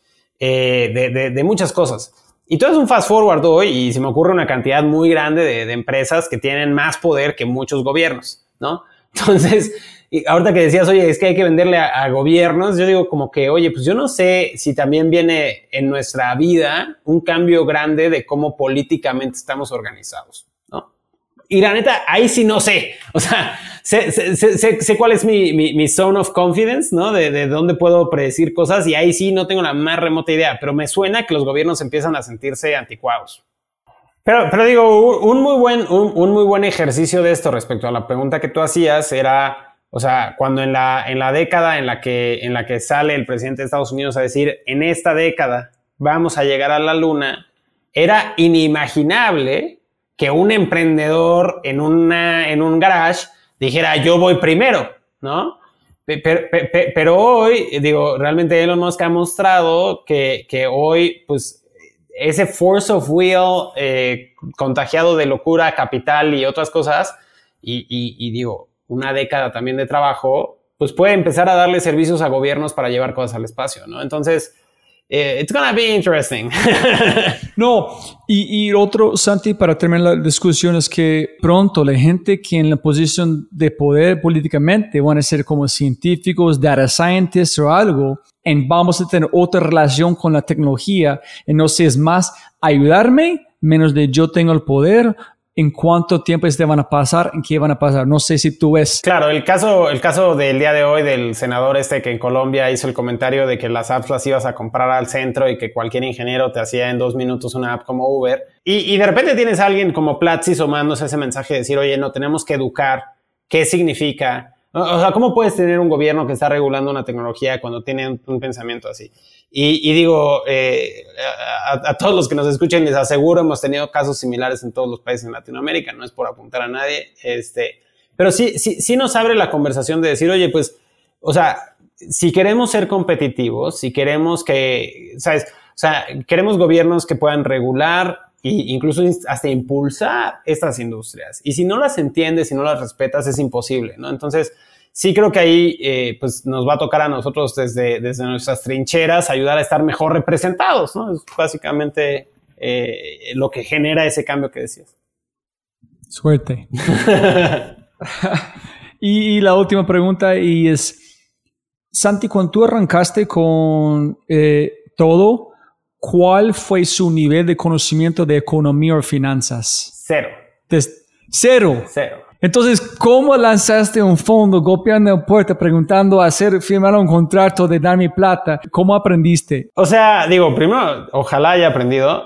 de muchas cosas. Y todo es un fast forward hoy y se me ocurre una cantidad muy grande de empresas que tienen más poder que muchos gobiernos, ¿no? Entonces, ahorita que decías, oye, es que hay que venderle a gobiernos, yo digo como que, oye, pues yo no sé si también viene en nuestra vida un cambio grande de cómo políticamente estamos organizados, ¿no? Y la neta, ahí sí no sé. O sea, sé cuál es mi zone of confidence, ¿no? De dónde puedo predecir cosas y ahí sí no tengo la más remota idea, pero me suena que los gobiernos empiezan a sentirse anticuados. Pero digo, un muy buen ejercicio de esto respecto a la pregunta que tú hacías era, o sea, cuando en la década en la que sale el presidente de Estados Unidos a decir, en esta década vamos a llegar a la luna, era inimaginable que un emprendedor en un garage dijera, yo voy primero, ¿no? Pero hoy, digo, realmente Elon Musk ha mostrado que hoy, pues, ese force of will contagiado de locura, capital y otras cosas, y digo, una década también de trabajo, pues puede empezar a darle servicios a gobiernos para llevar cosas al espacio, ¿no? Entonces, it's gonna be interesting.
No, y otro, Santi, para terminar la discusión es que pronto la gente que en la posición de poder políticamente van a ser como científicos, data scientists o algo, y vamos a tener otra relación con la tecnología, y no sé, es más ayudarme, menos de yo tengo el poder, en cuánto tiempo van a pasar, en qué van a pasar. No sé si tú ves.
Claro, el caso del día de hoy del senador que en Colombia hizo el comentario de que las apps las ibas a comprar al centro y que cualquier ingeniero te hacía en 2 minutos una app como Uber. Y de repente tienes a alguien como Platzi sumándose ese mensaje de decir, oye, no, tenemos que educar qué significa O sea, ¿cómo puedes tener un gobierno que está regulando una tecnología cuando tiene un pensamiento así? Y digo, a todos los que nos escuchen les aseguro, hemos tenido casos similares en todos los países en Latinoamérica, no es por apuntar a nadie, pero sí nos abre la conversación de decir, oye, pues, o sea, si queremos ser competitivos, si queremos que, ¿sabes? O sea, queremos gobiernos que puedan regular e incluso hasta impulsar estas industrias. Y si no las entiendes, si no las respetas, es imposible, ¿no? Entonces, sí creo que ahí pues nos va a tocar a nosotros desde nuestras trincheras ayudar a estar mejor representados, ¿no? Es básicamente lo que genera ese cambio que decías.
Suerte. Y la última pregunta y es, Santi, cuando tú arrancaste con todo, ¿cuál fue su nivel de conocimiento de economía o finanzas?
Cero.
Cero. Entonces, ¿cómo lanzaste un fondo golpeando la puerta preguntando firmar un contrato de dar mi plata? ¿Cómo aprendiste?
O sea, digo, primero, ojalá haya aprendido.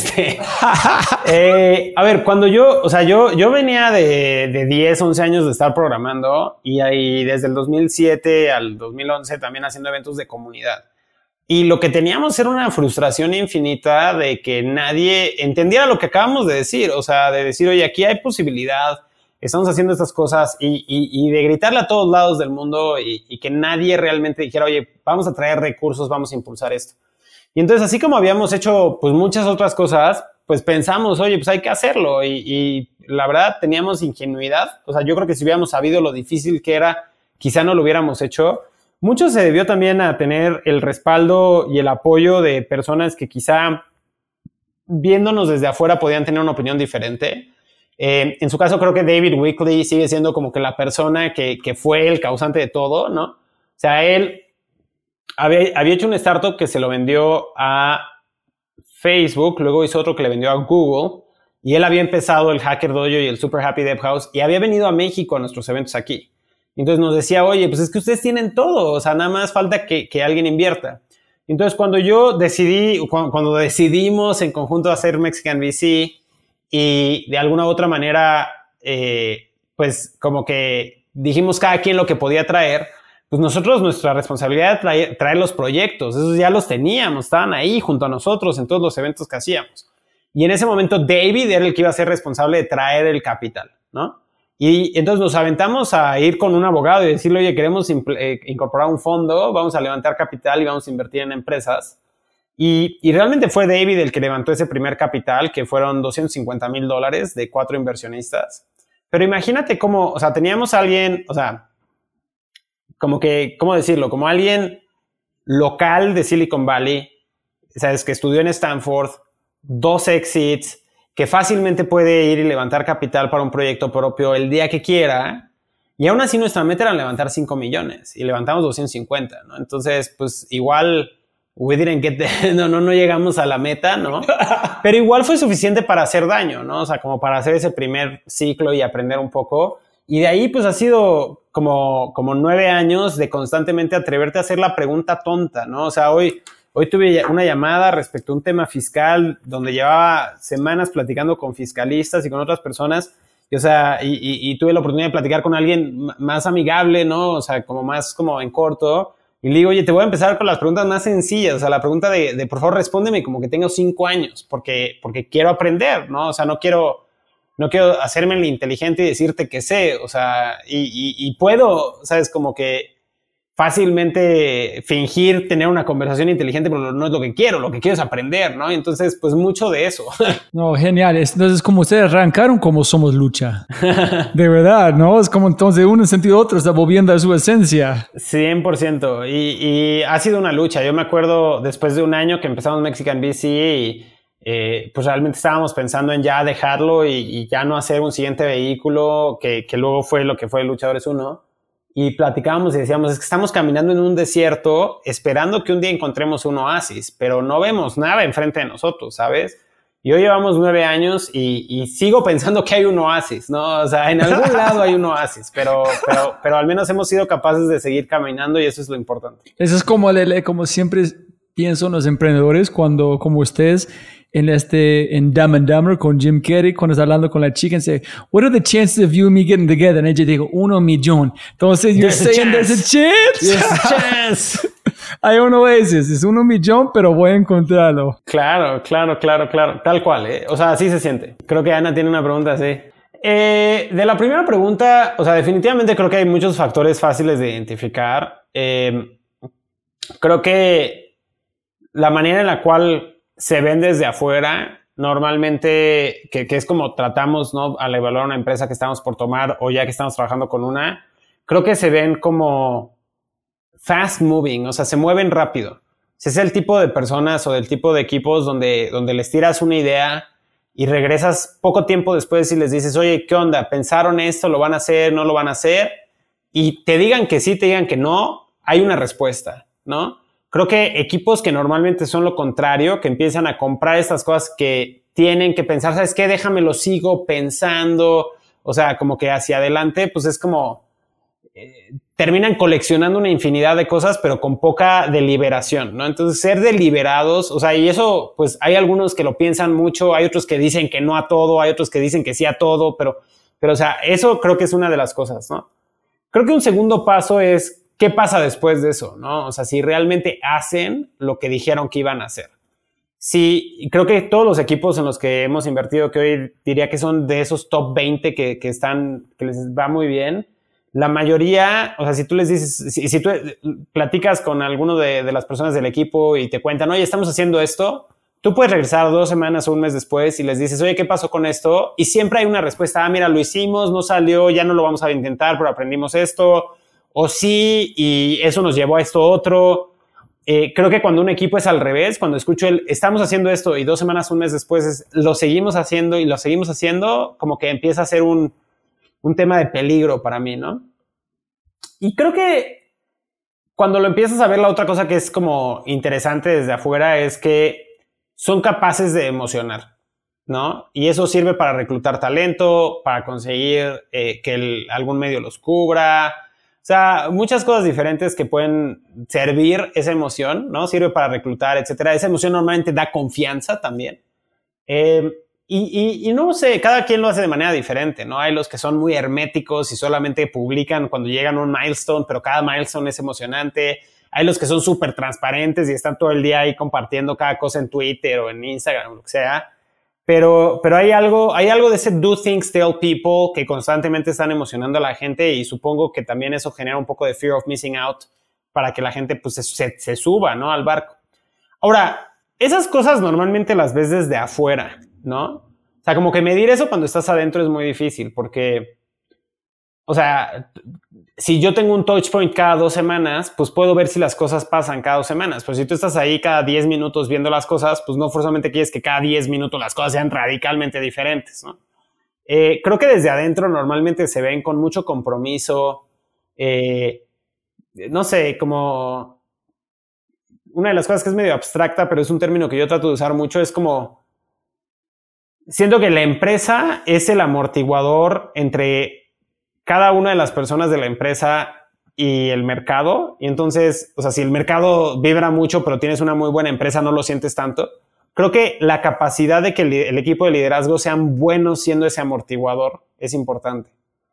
A ver, cuando yo venía de 10, 11 años de estar programando y ahí desde el 2007 al 2011 también haciendo eventos de comunidad. Y lo que teníamos era una frustración infinita de que nadie entendiera lo que acabamos de decir. O sea, de decir, oye, aquí hay posibilidad, estamos haciendo estas cosas y de gritarle a todos lados del mundo y que nadie realmente dijera, oye, vamos a traer recursos, vamos a impulsar esto. Y entonces, así como habíamos hecho pues muchas otras cosas, pues pensamos, oye, pues hay que hacerlo. Y la verdad, teníamos ingenuidad. O sea, yo creo que si hubiéramos sabido lo difícil que era, quizá no lo hubiéramos hecho. Mucho se debió también a tener el respaldo y el apoyo de personas que quizá viéndonos desde afuera podían tener una opinión diferente. En su caso creo que David Wickley sigue siendo como que la persona que fue el causante de todo, ¿no? O sea, él había hecho un startup que se lo vendió a Facebook, luego hizo otro que le vendió a Google y él había empezado el Hacker Dojo y el Super Happy Dev House y había venido a México a nuestros eventos aquí. Entonces nos decía, oye, pues es que ustedes tienen todo, o sea, nada más falta que alguien invierta. Entonces cuando decidimos en conjunto hacer Mexican VC y de alguna u otra manera, pues como que dijimos cada quien lo que podía traer, pues nosotros nuestra responsabilidad era traer los proyectos, esos ya los teníamos, estaban ahí junto a nosotros en todos los eventos que hacíamos. Y en ese momento David era el que iba a ser responsable de traer el capital, ¿no? Y entonces nos aventamos a ir con un abogado y decirle, oye, queremos incorporar un fondo, vamos a levantar capital y vamos a invertir en empresas. Y realmente fue David el que levantó ese primer capital, que fueron $250,000 de 4 inversionistas. Pero imagínate cómo, o sea, teníamos a alguien, o sea, como que, ¿cómo decirlo? Como alguien local de Silicon Valley, ¿sabes? Que estudió en Stanford, 2 exits, que fácilmente puede ir y levantar capital para un proyecto propio el día que quiera, y aún así nuestra meta era levantar 5 millones, y levantamos 250, ¿no? Entonces, pues igual, we didn't get no llegamos a la meta, ¿no? Pero igual fue suficiente para hacer daño, ¿no? O sea, como para hacer ese primer ciclo y aprender un poco, y de ahí pues ha sido como 9 años de constantemente atreverte a hacer la pregunta tonta, ¿no? O sea, Hoy tuve una llamada respecto a un tema fiscal donde llevaba semanas platicando con fiscalistas y con otras personas y, o sea, y tuve la oportunidad de platicar con alguien más amigable, ¿no? O sea, como más como en corto. Y le digo, oye, te voy a empezar con las preguntas más sencillas. O sea, la pregunta de por favor, respóndeme como que tengo 5 años porque quiero aprender, ¿no? O sea, no quiero hacerme el inteligente y decirte que sé. O sea, y puedo, ¿sabes? Como que fácilmente fingir tener una conversación inteligente, pero no es lo que quiero es aprender, ¿no? Y entonces, pues mucho de eso.
No, genial. Entonces, como ustedes arrancaron como Somos Lucha. De verdad, ¿no? Es como entonces de uno en sentido otro está volviendo a su esencia.
100%. Y ha sido una lucha. Yo me acuerdo después de un año que empezamos Mexican VC y pues realmente estábamos pensando en ya dejarlo y ya no hacer un siguiente vehículo que luego fue lo que fue Luchadores 1. Y platicábamos y decíamos, es que estamos caminando en un desierto esperando que un día encontremos un oasis, pero no vemos nada enfrente de nosotros, ¿sabes? Y hoy llevamos 9 años y sigo pensando que hay un oasis, ¿no? O sea, en algún lado hay un oasis, pero al menos hemos sido capaces de seguir caminando y eso es lo importante.
Eso es como siempre pienso en los emprendedores cuando, como ustedes, en Dumb and Dumber con Jim Carrey, cuando está hablando con la chica, y dice, what are the chances of you and me getting together? And ella dijo, 1,000,000. Entonces, you're saying there's a chance.
There's a chance.
Hay uno veces, es 1,000,000, pero voy a encontrarlo.
Claro. Tal cual, ¿eh? O sea, así se siente. Creo que Ana tiene una pregunta así. De la primera pregunta, o sea, definitivamente creo que hay muchos factores fáciles de identificar. Creo que la manera en la cual se ven desde afuera, normalmente, que es como tratamos, ¿no? Al evaluar una empresa que estamos por tomar o ya que estamos trabajando con una, creo que se ven como fast moving, o sea, se mueven rápido. Si es el tipo de personas o del tipo de equipos donde les tiras una idea y regresas poco tiempo después y les dices, oye, ¿qué onda? ¿Pensaron esto? ¿Lo van a hacer? ¿No lo van a hacer? Y te digan que sí, te digan que no, hay una respuesta, ¿no? Creo que equipos que normalmente son lo contrario, que empiezan a comprar estas cosas que tienen que pensar, ¿sabes qué? Déjame lo sigo pensando, o sea, como que hacia adelante, pues es como terminan coleccionando una infinidad de cosas, pero con poca deliberación, ¿no? Entonces, ser deliberados, o sea, y eso, pues hay algunos que lo piensan mucho, hay otros que dicen que no a todo, hay otros que dicen que sí a todo, pero o sea, eso creo que es una de las cosas, ¿no? Creo que un segundo paso es ¿qué pasa después de eso? ¿No? O sea, si realmente hacen lo que dijeron que iban a hacer. Sí, creo que todos los equipos en los que hemos invertido, que hoy diría que son de esos top 20 que les va muy bien, la mayoría, o sea, si tú les dices, si tú platicas con alguno de las personas del equipo y te cuentan, oye, estamos haciendo esto, tú puedes regresar 2 semanas o un mes después y les dices, oye, ¿qué pasó con esto? Y siempre hay una respuesta, mira, lo hicimos, no salió, ya no lo vamos a intentar, pero aprendimos esto. O sí, y eso nos llevó a esto otro. Creo que cuando un equipo es al revés, cuando escucho estamos haciendo esto y 2 semanas, un mes después lo seguimos haciendo y lo seguimos haciendo, como que empieza a ser un tema de peligro para mí, ¿no? Y creo que cuando lo empiezas a ver, la otra cosa que es como interesante desde afuera es que son capaces de emocionar, ¿no? Y eso sirve para reclutar talento, para conseguir que algún medio los cubra. O sea, muchas cosas diferentes que pueden servir esa emoción, ¿no? Sirve para reclutar, etcétera. Esa emoción normalmente da confianza también. Y no sé, cada quien lo hace de manera diferente, ¿no? Hay los que son muy herméticos y solamente publican cuando llegan a un milestone, pero cada milestone es emocionante. Hay los que son súper transparentes y están todo el día ahí compartiendo cada cosa en Twitter o en Instagram o lo que sea. Pero hay algo de ese do things, tell people que constantemente están emocionando a la gente y supongo que también eso genera un poco de fear of missing out para que la gente pues se suba, ¿no? Al barco. Ahora, esas cosas normalmente las ves desde afuera, ¿no? O sea, como que medir eso cuando estás adentro es muy difícil porque, o sea, si yo tengo un touch point cada 2 semanas, pues puedo ver si las cosas pasan cada 2 semanas. Pero si tú estás ahí cada 10 minutos viendo las cosas, pues no forzosamente quieres que cada 10 minutos las cosas sean radicalmente diferentes, ¿no? Creo que desde adentro normalmente se ven con mucho compromiso. No sé, como una de las cosas que es medio abstracta, pero es un término que yo trato de usar mucho, es como siento que la empresa es el amortiguador entre cada una de las personas de la empresa y el mercado. Y entonces, o sea, si el mercado vibra mucho, pero tienes una muy buena empresa, no lo sientes tanto. Creo que la capacidad de que el equipo de liderazgo sean buenos siendo ese amortiguador es importante.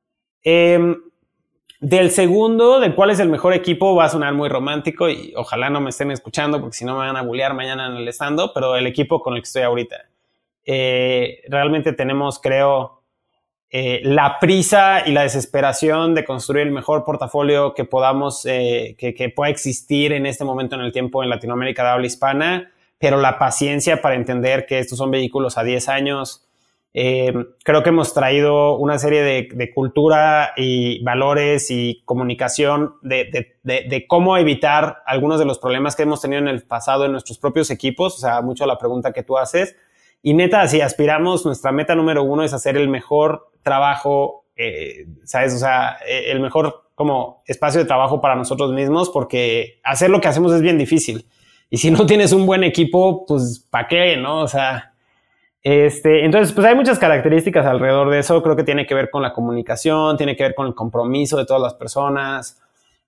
Del segundo, de cuál es el mejor equipo, va a sonar muy romántico y ojalá no me estén escuchando porque si no me van a bullear mañana en el stand-up, pero el equipo con el que estoy ahorita. Realmente tenemos, creo, la prisa y la desesperación de construir el mejor portafolio que podamos, que pueda existir en este momento en el tiempo en Latinoamérica de habla hispana, pero la paciencia para entender que estos son vehículos a 10 años. Creo que hemos traído una serie de cultura y valores y comunicación de cómo evitar algunos de los problemas que hemos tenido en el pasado en nuestros propios equipos, o sea, mucho la pregunta que tú haces. Y neta, si aspiramos, nuestra meta número 1 es hacer el mejor trabajo, ¿sabes? O sea, el mejor como espacio de trabajo para nosotros mismos, porque hacer lo que hacemos es bien difícil. Y si no tienes un buen equipo, pues, ¿para qué, no? O sea, entonces, pues hay muchas características alrededor de eso. Creo que tiene que ver con la comunicación, tiene que ver con el compromiso de todas las personas.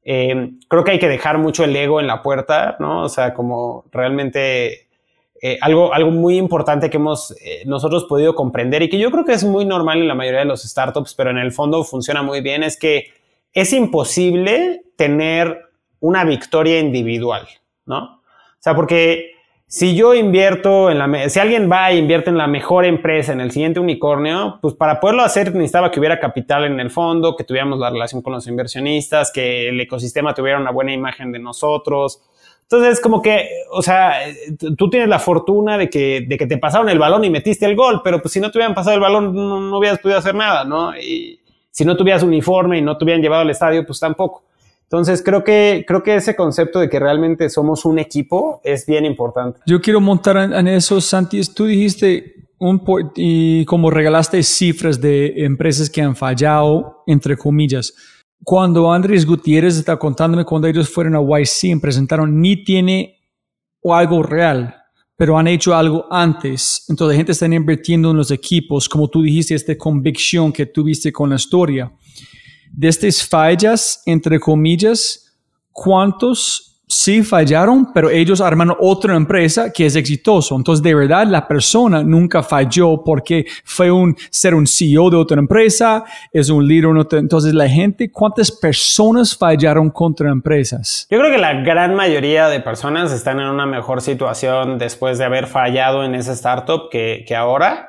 Creo que hay que dejar mucho el ego en la puerta, ¿no? O sea, como realmente algo muy importante que hemos nosotros podido comprender y que yo creo que es muy normal en la mayoría de los startups, pero en el fondo funciona muy bien, es que es imposible tener una victoria individual, ¿no? O sea, porque si yo invierto si alguien va e invierte en la mejor empresa, en el siguiente unicornio, pues para poderlo hacer necesitaba que hubiera capital en el fondo, que tuviéramos la relación con los inversionistas, que el ecosistema tuviera una buena imagen de nosotros. Entonces, como que, o sea, tú tienes la fortuna de que te pasaron el balón y metiste el gol, pero pues si no te hubieran pasado el balón no hubieras podido hacer nada, ¿no? Y si no tuvieras uniforme y no te hubieran llevado al estadio, pues tampoco. Entonces, creo que ese concepto de que realmente somos un equipo es bien importante.
Yo quiero montar en eso, Santi. Tú dijiste y como regalaste cifras de empresas que han fallado, entre comillas. Cuando Andrés Gutiérrez está contándome cuando ellos fueron a YC y presentaron, ni tiene algo real, pero han hecho algo antes. Entonces, la gente está invirtiendo en los equipos, como tú dijiste, esta convicción que tuviste con la historia. De estas fallas, entre comillas, ¿cuántos sí fallaron, pero ellos armaron otra empresa que es exitoso? Entonces, de verdad, la persona nunca falló porque fue ser un CEO de otra empresa, es un líder en otra. Entonces, la gente, ¿cuántas personas fallaron contra empresas?
Yo creo que la gran mayoría de personas están en una mejor situación después de haber fallado en esa startup que ahora.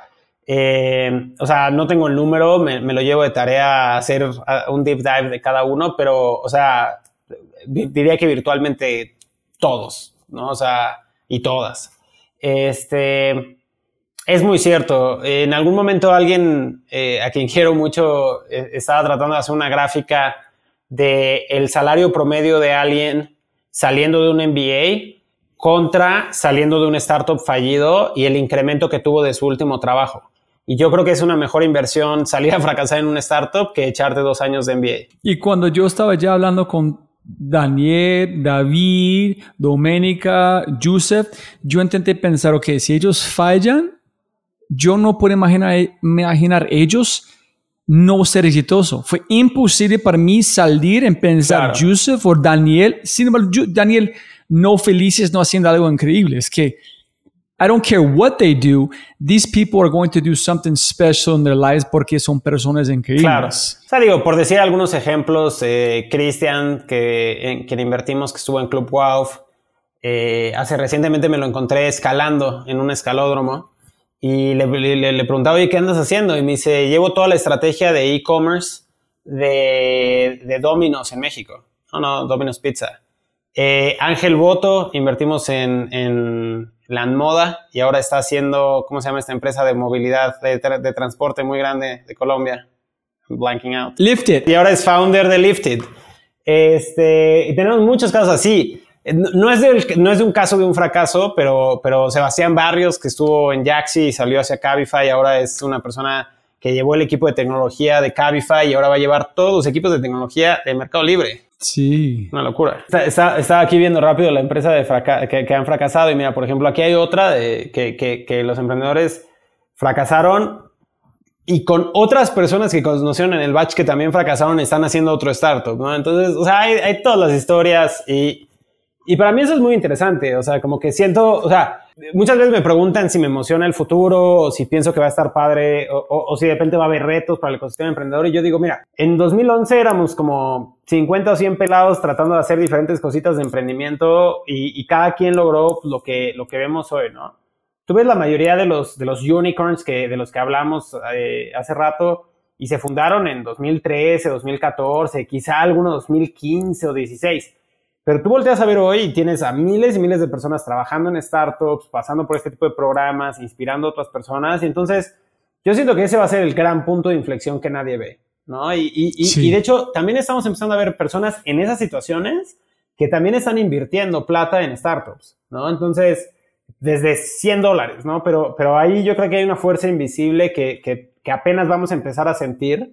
O sea, no tengo el número, me lo llevo de tarea a hacer un deep dive de cada uno, pero, o sea, diría que virtualmente todos, ¿no? O sea, y todas. Es muy cierto. En algún momento alguien a quien quiero mucho estaba tratando de hacer una gráfica de el salario promedio de alguien saliendo de un MBA contra saliendo de un startup fallido y el incremento que tuvo de su último trabajo. Y yo creo que es una mejor inversión salir a fracasar en una startup que echarte 2 años de MBA.
Y cuando yo estaba ya hablando con Daniel, David, Doménica, Joseph, yo intenté pensar, ok, si ellos fallan, yo no puedo imaginar ellos no ser exitoso. Fue imposible para mí salir en pensar, claro, Joseph o Daniel, sin embargo, Daniel no felices, no haciendo algo increíble. Es que I don't care what they do, these people are going to do something special in their lives porque son personas increíbles.
Claro. O sea, digo, por decir algunos ejemplos, Cristian, en quien invertimos, que estuvo en Club Wow, recientemente me lo encontré escalando en un escalódromo y le preguntaba, oye, ¿qué andas haciendo? Y me dice, llevo toda la estrategia de e-commerce de Domino's en México. No, Domino's Pizza. Ángel Boto, invertimos en Land Moda y ahora está haciendo, ¿cómo se llama esta empresa de movilidad, de transporte muy grande de Colombia? I'm blanking out.
Lifted.
Y ahora es founder de Lifted. Y tenemos muchos casos así. No es de un caso de un fracaso, pero Sebastián Barrios, que estuvo en Yaxi y salió hacia Cabify, ahora es una persona que llevó el equipo de tecnología de Cabify y ahora va a llevar todos los equipos de tecnología de Mercado Libre.
Sí.
Una locura. Estaba aquí viendo rápido la empresa que han fracasado y mira, por ejemplo, aquí hay otra que los emprendedores fracasaron y con otras personas que conocieron en el batch que también fracasaron están haciendo otro startup, ¿no? Entonces, o sea, hay todas las historias y para mí eso es muy interesante, o sea, como que siento, o sea, muchas veces me preguntan si me emociona el futuro o si pienso que va a estar padre o si de repente va a haber retos para el ecosistema emprendedor y yo digo, mira, en 2011 éramos como 50 o 100 pelados tratando de hacer diferentes cositas de emprendimiento y cada quien logró lo que vemos hoy, ¿no? Tú ves la mayoría de los unicorns de los que hablamos hace rato y se fundaron en 2013, 2014, quizá algunos 2015 o 16. Pero tú volteas a ver hoy y tienes a miles y miles de personas trabajando en startups, pasando por este tipo de programas, inspirando a otras personas. Y entonces, yo siento que ese va a ser el gran punto de inflexión que nadie ve, ¿no? Y de hecho, también estamos empezando a ver personas en esas situaciones que también están invirtiendo plata en startups, ¿no? Entonces, desde $100, ¿no? Pero ahí yo creo que hay una fuerza invisible que apenas vamos a empezar a sentir.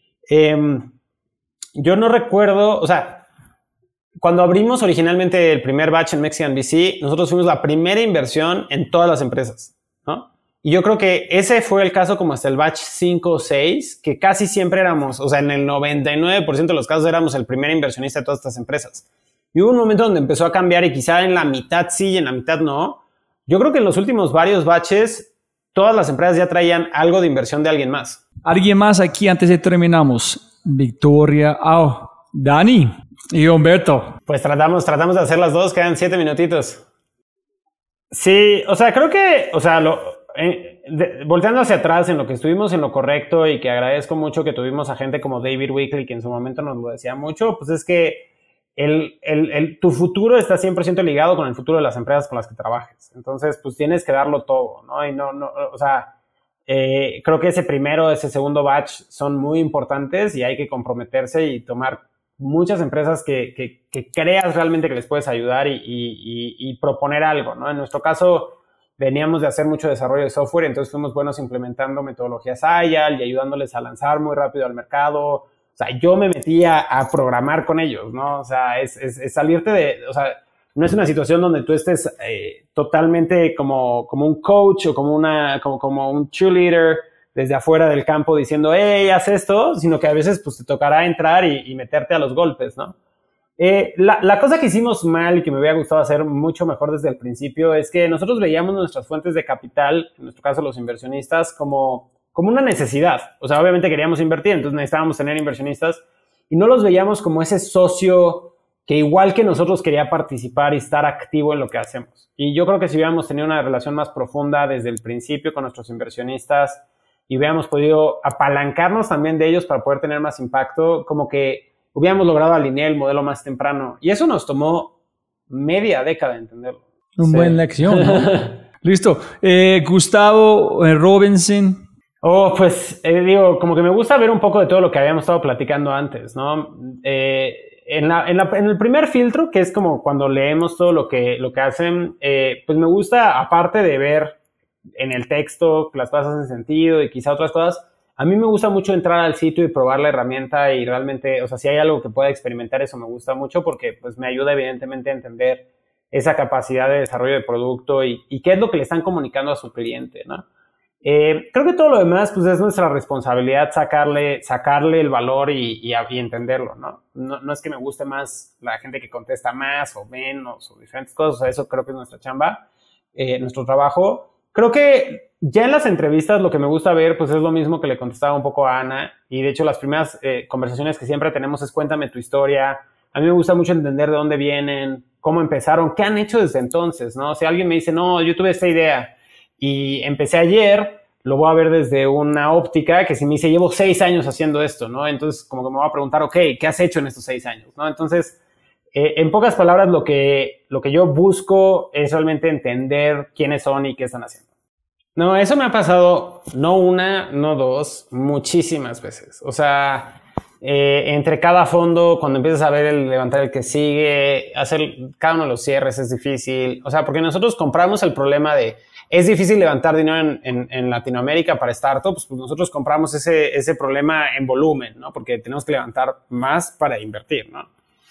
Yo no recuerdo, o sea, cuando abrimos originalmente el primer batch en Mexican VC, nosotros fuimos la primera inversión en todas las empresas, ¿no? Y yo creo que ese fue el caso como hasta el batch 5 o 6, que casi siempre éramos, o sea, en el 99% de los casos éramos el primer inversionista de todas estas empresas. Y hubo un momento donde empezó a cambiar y quizá en la mitad sí y en la mitad no. Yo creo que en los últimos varios batches, todas las empresas ya traían algo de inversión de alguien más.
¿Alguien más aquí antes de terminamos? Victoria, Dani y Humberto.
Pues tratamos de hacer las dos, quedan 7 minutitos. Sí, o sea, creo que, o sea, volteando hacia atrás en lo que estuvimos en lo correcto y que agradezco mucho que tuvimos a gente como David Wickley, que en su momento nos lo decía mucho, pues es que tu futuro está 100% ligado con el futuro de las empresas con las que trabajes. Entonces, pues tienes que darlo todo, ¿no? Y no, o sea, creo que ese segundo batch son muy importantes y hay que comprometerse y tomar muchas empresas que creas realmente que les puedes ayudar y proponer algo, ¿no? En nuestro caso, veníamos de hacer mucho desarrollo de software, entonces fuimos buenos implementando metodologías Agile y ayudándoles a lanzar muy rápido al mercado. O sea, yo me metía a programar con ellos, ¿no? O sea, es salirte de... O sea, no es una situación donde tú estés totalmente como un coach o como un cheerleader desde afuera del campo diciendo, hey, haz esto, sino que a veces pues te tocará entrar y meterte a los golpes, ¿no? La cosa que hicimos mal y que me hubiera gustado hacer mucho mejor desde el principio es que nosotros veíamos nuestras fuentes de capital, en nuestro caso los inversionistas, como una necesidad. O sea, obviamente queríamos invertir, entonces necesitábamos tener inversionistas y no los veíamos como ese socio que igual que nosotros quería participar y estar activo en lo que hacemos. Y yo creo que si hubiéramos tenido una relación más profunda desde el principio con nuestros inversionistas y hubiéramos podido apalancarnos también de ellos para poder tener más impacto, como que hubiéramos logrado alinear el modelo más temprano. Y eso nos tomó media década de entenderlo.
Buena lección, ¿no? Listo. Gustavo Robinson.
Pues digo, como que me gusta ver un poco de todo lo que habíamos estado platicando antes, ¿no? En el primer filtro, que es como cuando leemos todo lo que hacen, pues me gusta, aparte de ver en el texto las cosas hacen sentido y quizá otras cosas, a mí me gusta mucho entrar al sitio y probar la herramienta y realmente, o sea, si hay algo que pueda experimentar, eso me gusta mucho porque pues me ayuda evidentemente a entender esa capacidad de desarrollo de producto y qué es lo que le están comunicando a su cliente, ¿no? Creo que todo lo demás pues es nuestra responsabilidad sacarle el valor y entenderlo, ¿no? No es que me guste más la gente que contesta más o menos o diferentes cosas, o sea, eso creo que es nuestra chamba, nuestro trabajo. Creo que ya en las entrevistas lo que me gusta ver pues es lo mismo que le contestaba un poco a Ana y de hecho las primeras conversaciones que siempre tenemos es cuéntame tu historia. A mí me gusta mucho entender de dónde vienen, cómo empezaron, qué han hecho desde entonces, ¿no? Si alguien me dice, no, yo tuve esta idea y empecé ayer, lo voy a ver desde una óptica que si me dice, llevo 6 años haciendo esto, ¿no? Entonces como que me voy a preguntar, ok, ¿qué has hecho en estos 6 años? ¿No? Entonces, en pocas palabras, lo que yo busco es realmente entender quiénes son y qué están haciendo. No, eso me ha pasado no una, no dos, muchísimas veces. O sea, entre cada fondo, cuando empiezas a ver levantar el que sigue, hacer cada uno de los cierres es difícil. O sea, porque nosotros compramos el problema de es difícil levantar dinero en Latinoamérica para startups, pues nosotros compramos ese problema en volumen, ¿no? Porque tenemos que levantar más para invertir, ¿no?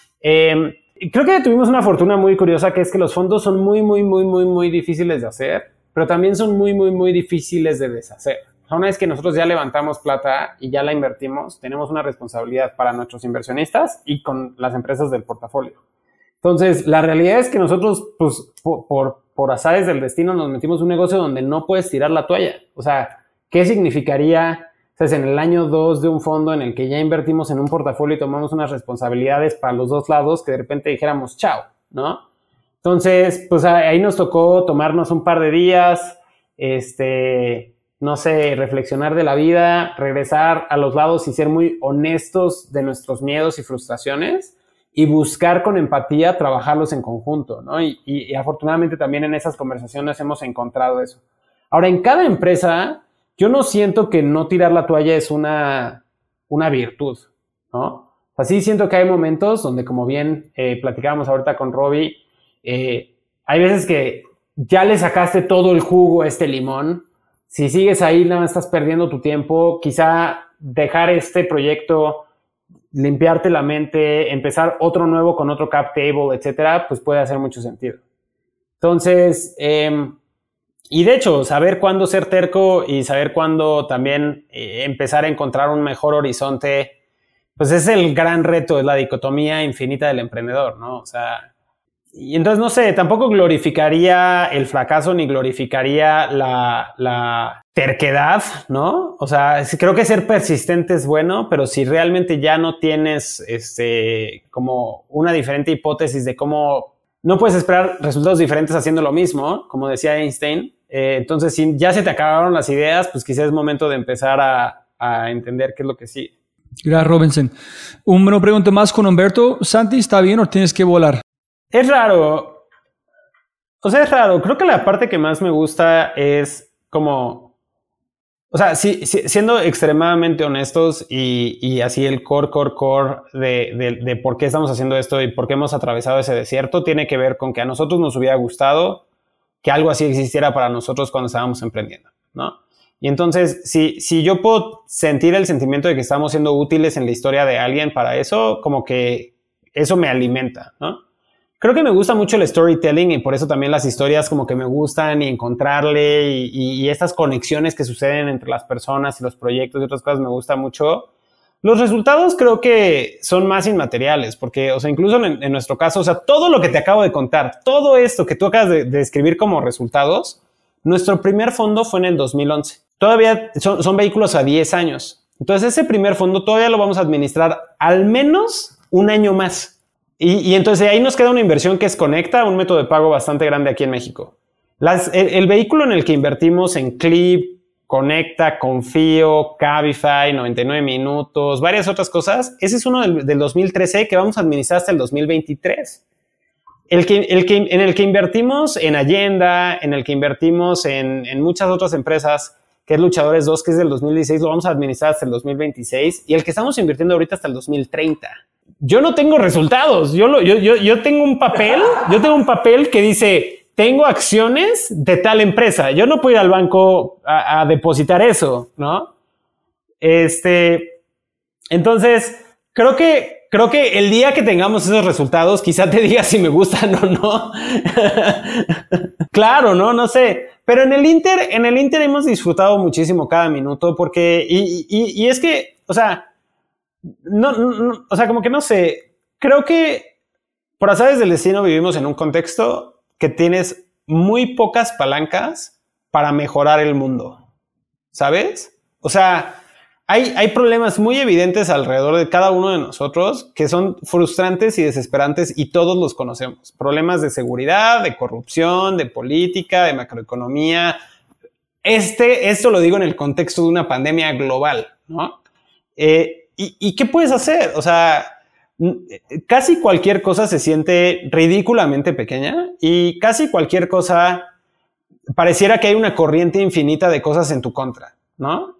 Creo que tuvimos una fortuna muy curiosa que es que los fondos son muy, muy, muy, muy, muy difíciles de hacer, pero también son muy, muy, muy difíciles de deshacer. Una vez que nosotros ya levantamos plata y ya la invertimos, tenemos una responsabilidad para nuestros inversionistas y con las empresas del portafolio. Entonces, la realidad es que nosotros, pues, por azares del destino, nos metimos en un negocio donde no puedes tirar la toalla. O sea, ¿qué significaría, sabes, en el año 2 de un fondo en el que ya invertimos en un portafolio y tomamos unas responsabilidades para los dos lados que de repente dijéramos chao, ¿no? Entonces, pues ahí nos tocó tomarnos un par de días, no sé, reflexionar de la vida, regresar a los lados y ser muy honestos de nuestros miedos y frustraciones y buscar con empatía trabajarlos en conjunto, ¿no? Y afortunadamente también en esas conversaciones hemos encontrado eso. Ahora, en cada empresa, yo no siento que no tirar la toalla es una virtud, ¿no? O sea, sí siento que hay momentos donde, como bien platicábamos ahorita con Robbie, hay veces que ya le sacaste todo el jugo a este limón. Si sigues ahí, nada más estás perdiendo tu tiempo. Quizá dejar este proyecto, limpiarte la mente, empezar otro nuevo con otro cap table, etcétera, pues puede hacer mucho sentido. Entonces, Y de hecho, saber cuándo ser terco y saber cuándo también empezar a encontrar un mejor horizonte, pues es el gran reto, es la dicotomía infinita del emprendedor, ¿no? O sea, y entonces, no sé, tampoco glorificaría el fracaso ni glorificaría la terquedad, ¿no? O sea, creo que ser persistente es bueno, pero si realmente ya no tienes como una diferente hipótesis de cómo no puedes esperar resultados diferentes haciendo lo mismo, como decía Einstein, entonces si ya se te acabaron las ideas, pues quizás es momento de empezar a entender qué es lo que sí.
Gracias, Robinson. Una pregunta más con Humberto. Santi, ¿está bien o tienes que volar?
Es raro. O sea, es raro. Creo que la parte que más me gusta es como... O sea, sí, siendo extremadamente honestos y así el core de por qué estamos haciendo esto y por qué hemos atravesado ese desierto tiene que ver con que a nosotros nos hubiera gustado que algo así existiera para nosotros cuando estábamos emprendiendo, ¿no? Y entonces, si yo puedo sentir el sentimiento de que estamos siendo útiles en la historia de alguien para eso, como que eso me alimenta, ¿no? Creo que me gusta mucho el storytelling y por eso también las historias como que me gustan y encontrarle y estas conexiones que suceden entre las personas y los proyectos y otras cosas me gusta mucho. Los resultados creo que son más inmateriales porque, o sea, incluso en nuestro caso, o sea, todo lo que te acabo de contar, todo esto que tú acabas de describir como resultados, nuestro primer fondo fue en el 2011. Todavía son vehículos a 10 años. Entonces ese primer fondo todavía lo vamos a administrar al menos un año más. Y entonces ahí nos queda una inversión que es Conecta, un método de pago bastante grande aquí en México. El vehículo en el que invertimos en Clip, Conecta, Confío, Cabify, 99 minutos, varias otras cosas, ese es uno del 2013 que vamos a administrar hasta el 2023. En el que invertimos en Allenda, en el que invertimos en muchas otras empresas, que es Luchadores 2, que es del 2016, lo vamos a administrar hasta el 2026, y el que estamos invirtiendo ahorita hasta el 2030. Yo no tengo resultados. Yo tengo un papel que dice, tengo acciones de tal empresa. Yo no puedo ir al banco a depositar eso, ¿no? Entonces, creo que el día que tengamos esos resultados, quizá te diga si me gustan o no. Claro, no sé. Pero en el Inter hemos disfrutado muchísimo cada minuto porque, y es que, o sea, no, o sea, como que no sé, creo que por azares del destino vivimos en un contexto que tienes muy pocas palancas para mejorar el mundo, ¿sabes? O sea, hay problemas muy evidentes alrededor de cada uno de nosotros que son frustrantes y desesperantes y todos los conocemos. Problemas de seguridad, de corrupción, de política, de macroeconomía. Esto lo digo en el contexto de una pandemia global, ¿no? ¿Y qué puedes hacer? O sea, casi cualquier cosa se siente ridículamente pequeña y casi cualquier cosa pareciera que hay una corriente infinita de cosas en tu contra, ¿no?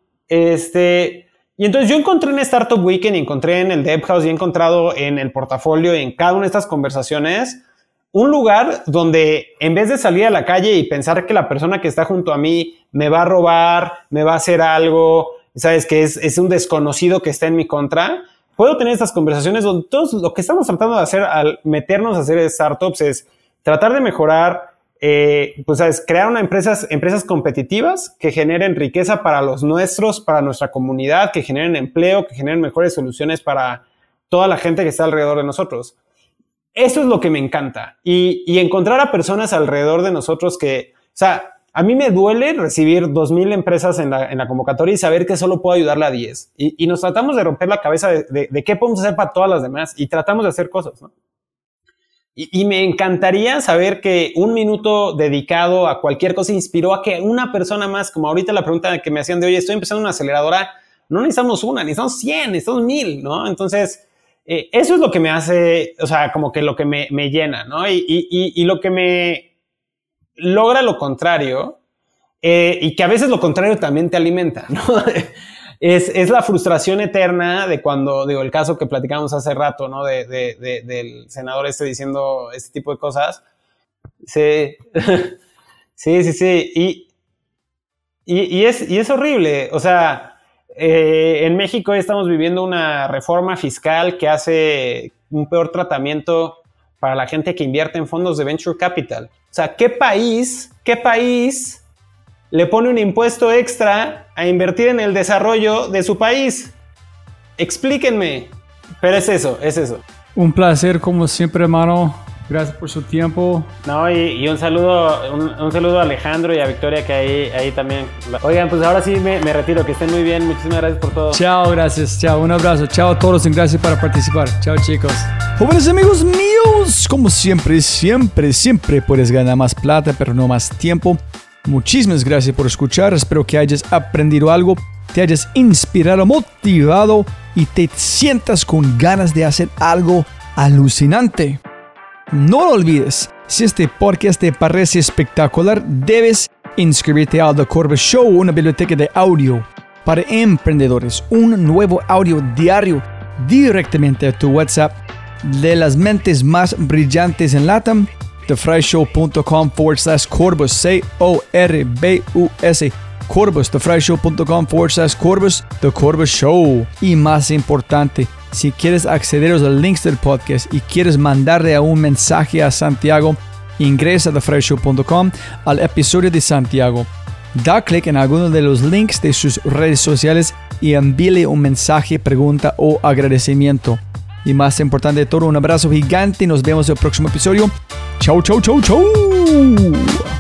Y entonces yo encontré en Startup Weekend, encontré en el Dev House y he encontrado en el portafolio, en cada una de estas conversaciones, un lugar donde en vez de salir a la calle y pensar que la persona que está junto a mí me va a robar, me va a hacer algo, sabes que es un desconocido que está en mi contra, puedo tener estas conversaciones donde todos lo que estamos tratando de hacer al meternos a hacer startups es tratar de mejorar, pues sabes, crear empresas competitivas que generen riqueza para los nuestros, para nuestra comunidad, que generen empleo, que generen mejores soluciones para toda la gente que está alrededor de nosotros. Eso es lo que me encanta. Y encontrar a personas alrededor de nosotros que, o sea, a mí me duele recibir 2,000 empresas en la convocatoria y saber que solo puedo ayudarle a 10. Y nos tratamos de romper la cabeza de qué podemos hacer para todas las demás y tratamos de hacer cosas, ¿no? Y me encantaría saber que un minuto dedicado a cualquier cosa inspiró a que una persona más, como ahorita la pregunta que me hacían de, oye, estoy empezando una aceleradora, no necesitamos una, necesitamos 100, necesitamos 1,000, ¿no? Entonces, eso es lo que me hace, o sea, como que lo que me llena, ¿no? Y lo que me logra lo contrario, y que a veces lo contrario también te alimenta, ¿no? Es la frustración eterna de cuando, digo, el caso que platicamos hace rato, ¿no? Del senador diciendo este tipo de cosas. Sí, sí. Y es horrible. O sea, en México estamos viviendo una reforma fiscal que hace un peor tratamiento para la gente que invierte en fondos de venture capital. O sea, ¿qué país le pone un impuesto extra a invertir en el desarrollo de su país? Explíquenme. Pero es eso.
Un placer como siempre, hermano. Gracias por su tiempo.
No, y un saludo a Alejandro y a Victoria que ahí también. Oigan, pues ahora sí me retiro. Que estén muy bien. Muchísimas gracias por todo.
Chao, gracias. Chao, un abrazo. Chao a todos y gracias por participar. Chao, chicos. Jóvenes amigos míos, como siempre puedes ganar más plata, pero no más tiempo. Muchísimas gracias por escuchar. Espero que hayas aprendido algo, te hayas inspirado, motivado y te sientas con ganas de hacer algo alucinante. No lo olvides, si este podcast te parece espectacular, debes inscribirte a The Corbus Show, una biblioteca de audio para emprendedores, un nuevo audio diario directamente a tu WhatsApp de las mentes más brillantes en LATAM. TheFryShow.com/Corbus, C-O-R-B-U-S, Corbus, TheFryShow.com/Corbus, The Corbus Show. Y más importante, si quieres acceder a los links del podcast y quieres mandarle un mensaje a Santiago, ingresa a TheFryShow.com al episodio de Santiago. Da clic en alguno de los links de sus redes sociales y envíale un mensaje, pregunta o agradecimiento. Y más importante de todo, un abrazo gigante y nos vemos en el próximo episodio. Chau, chau, chau, chau.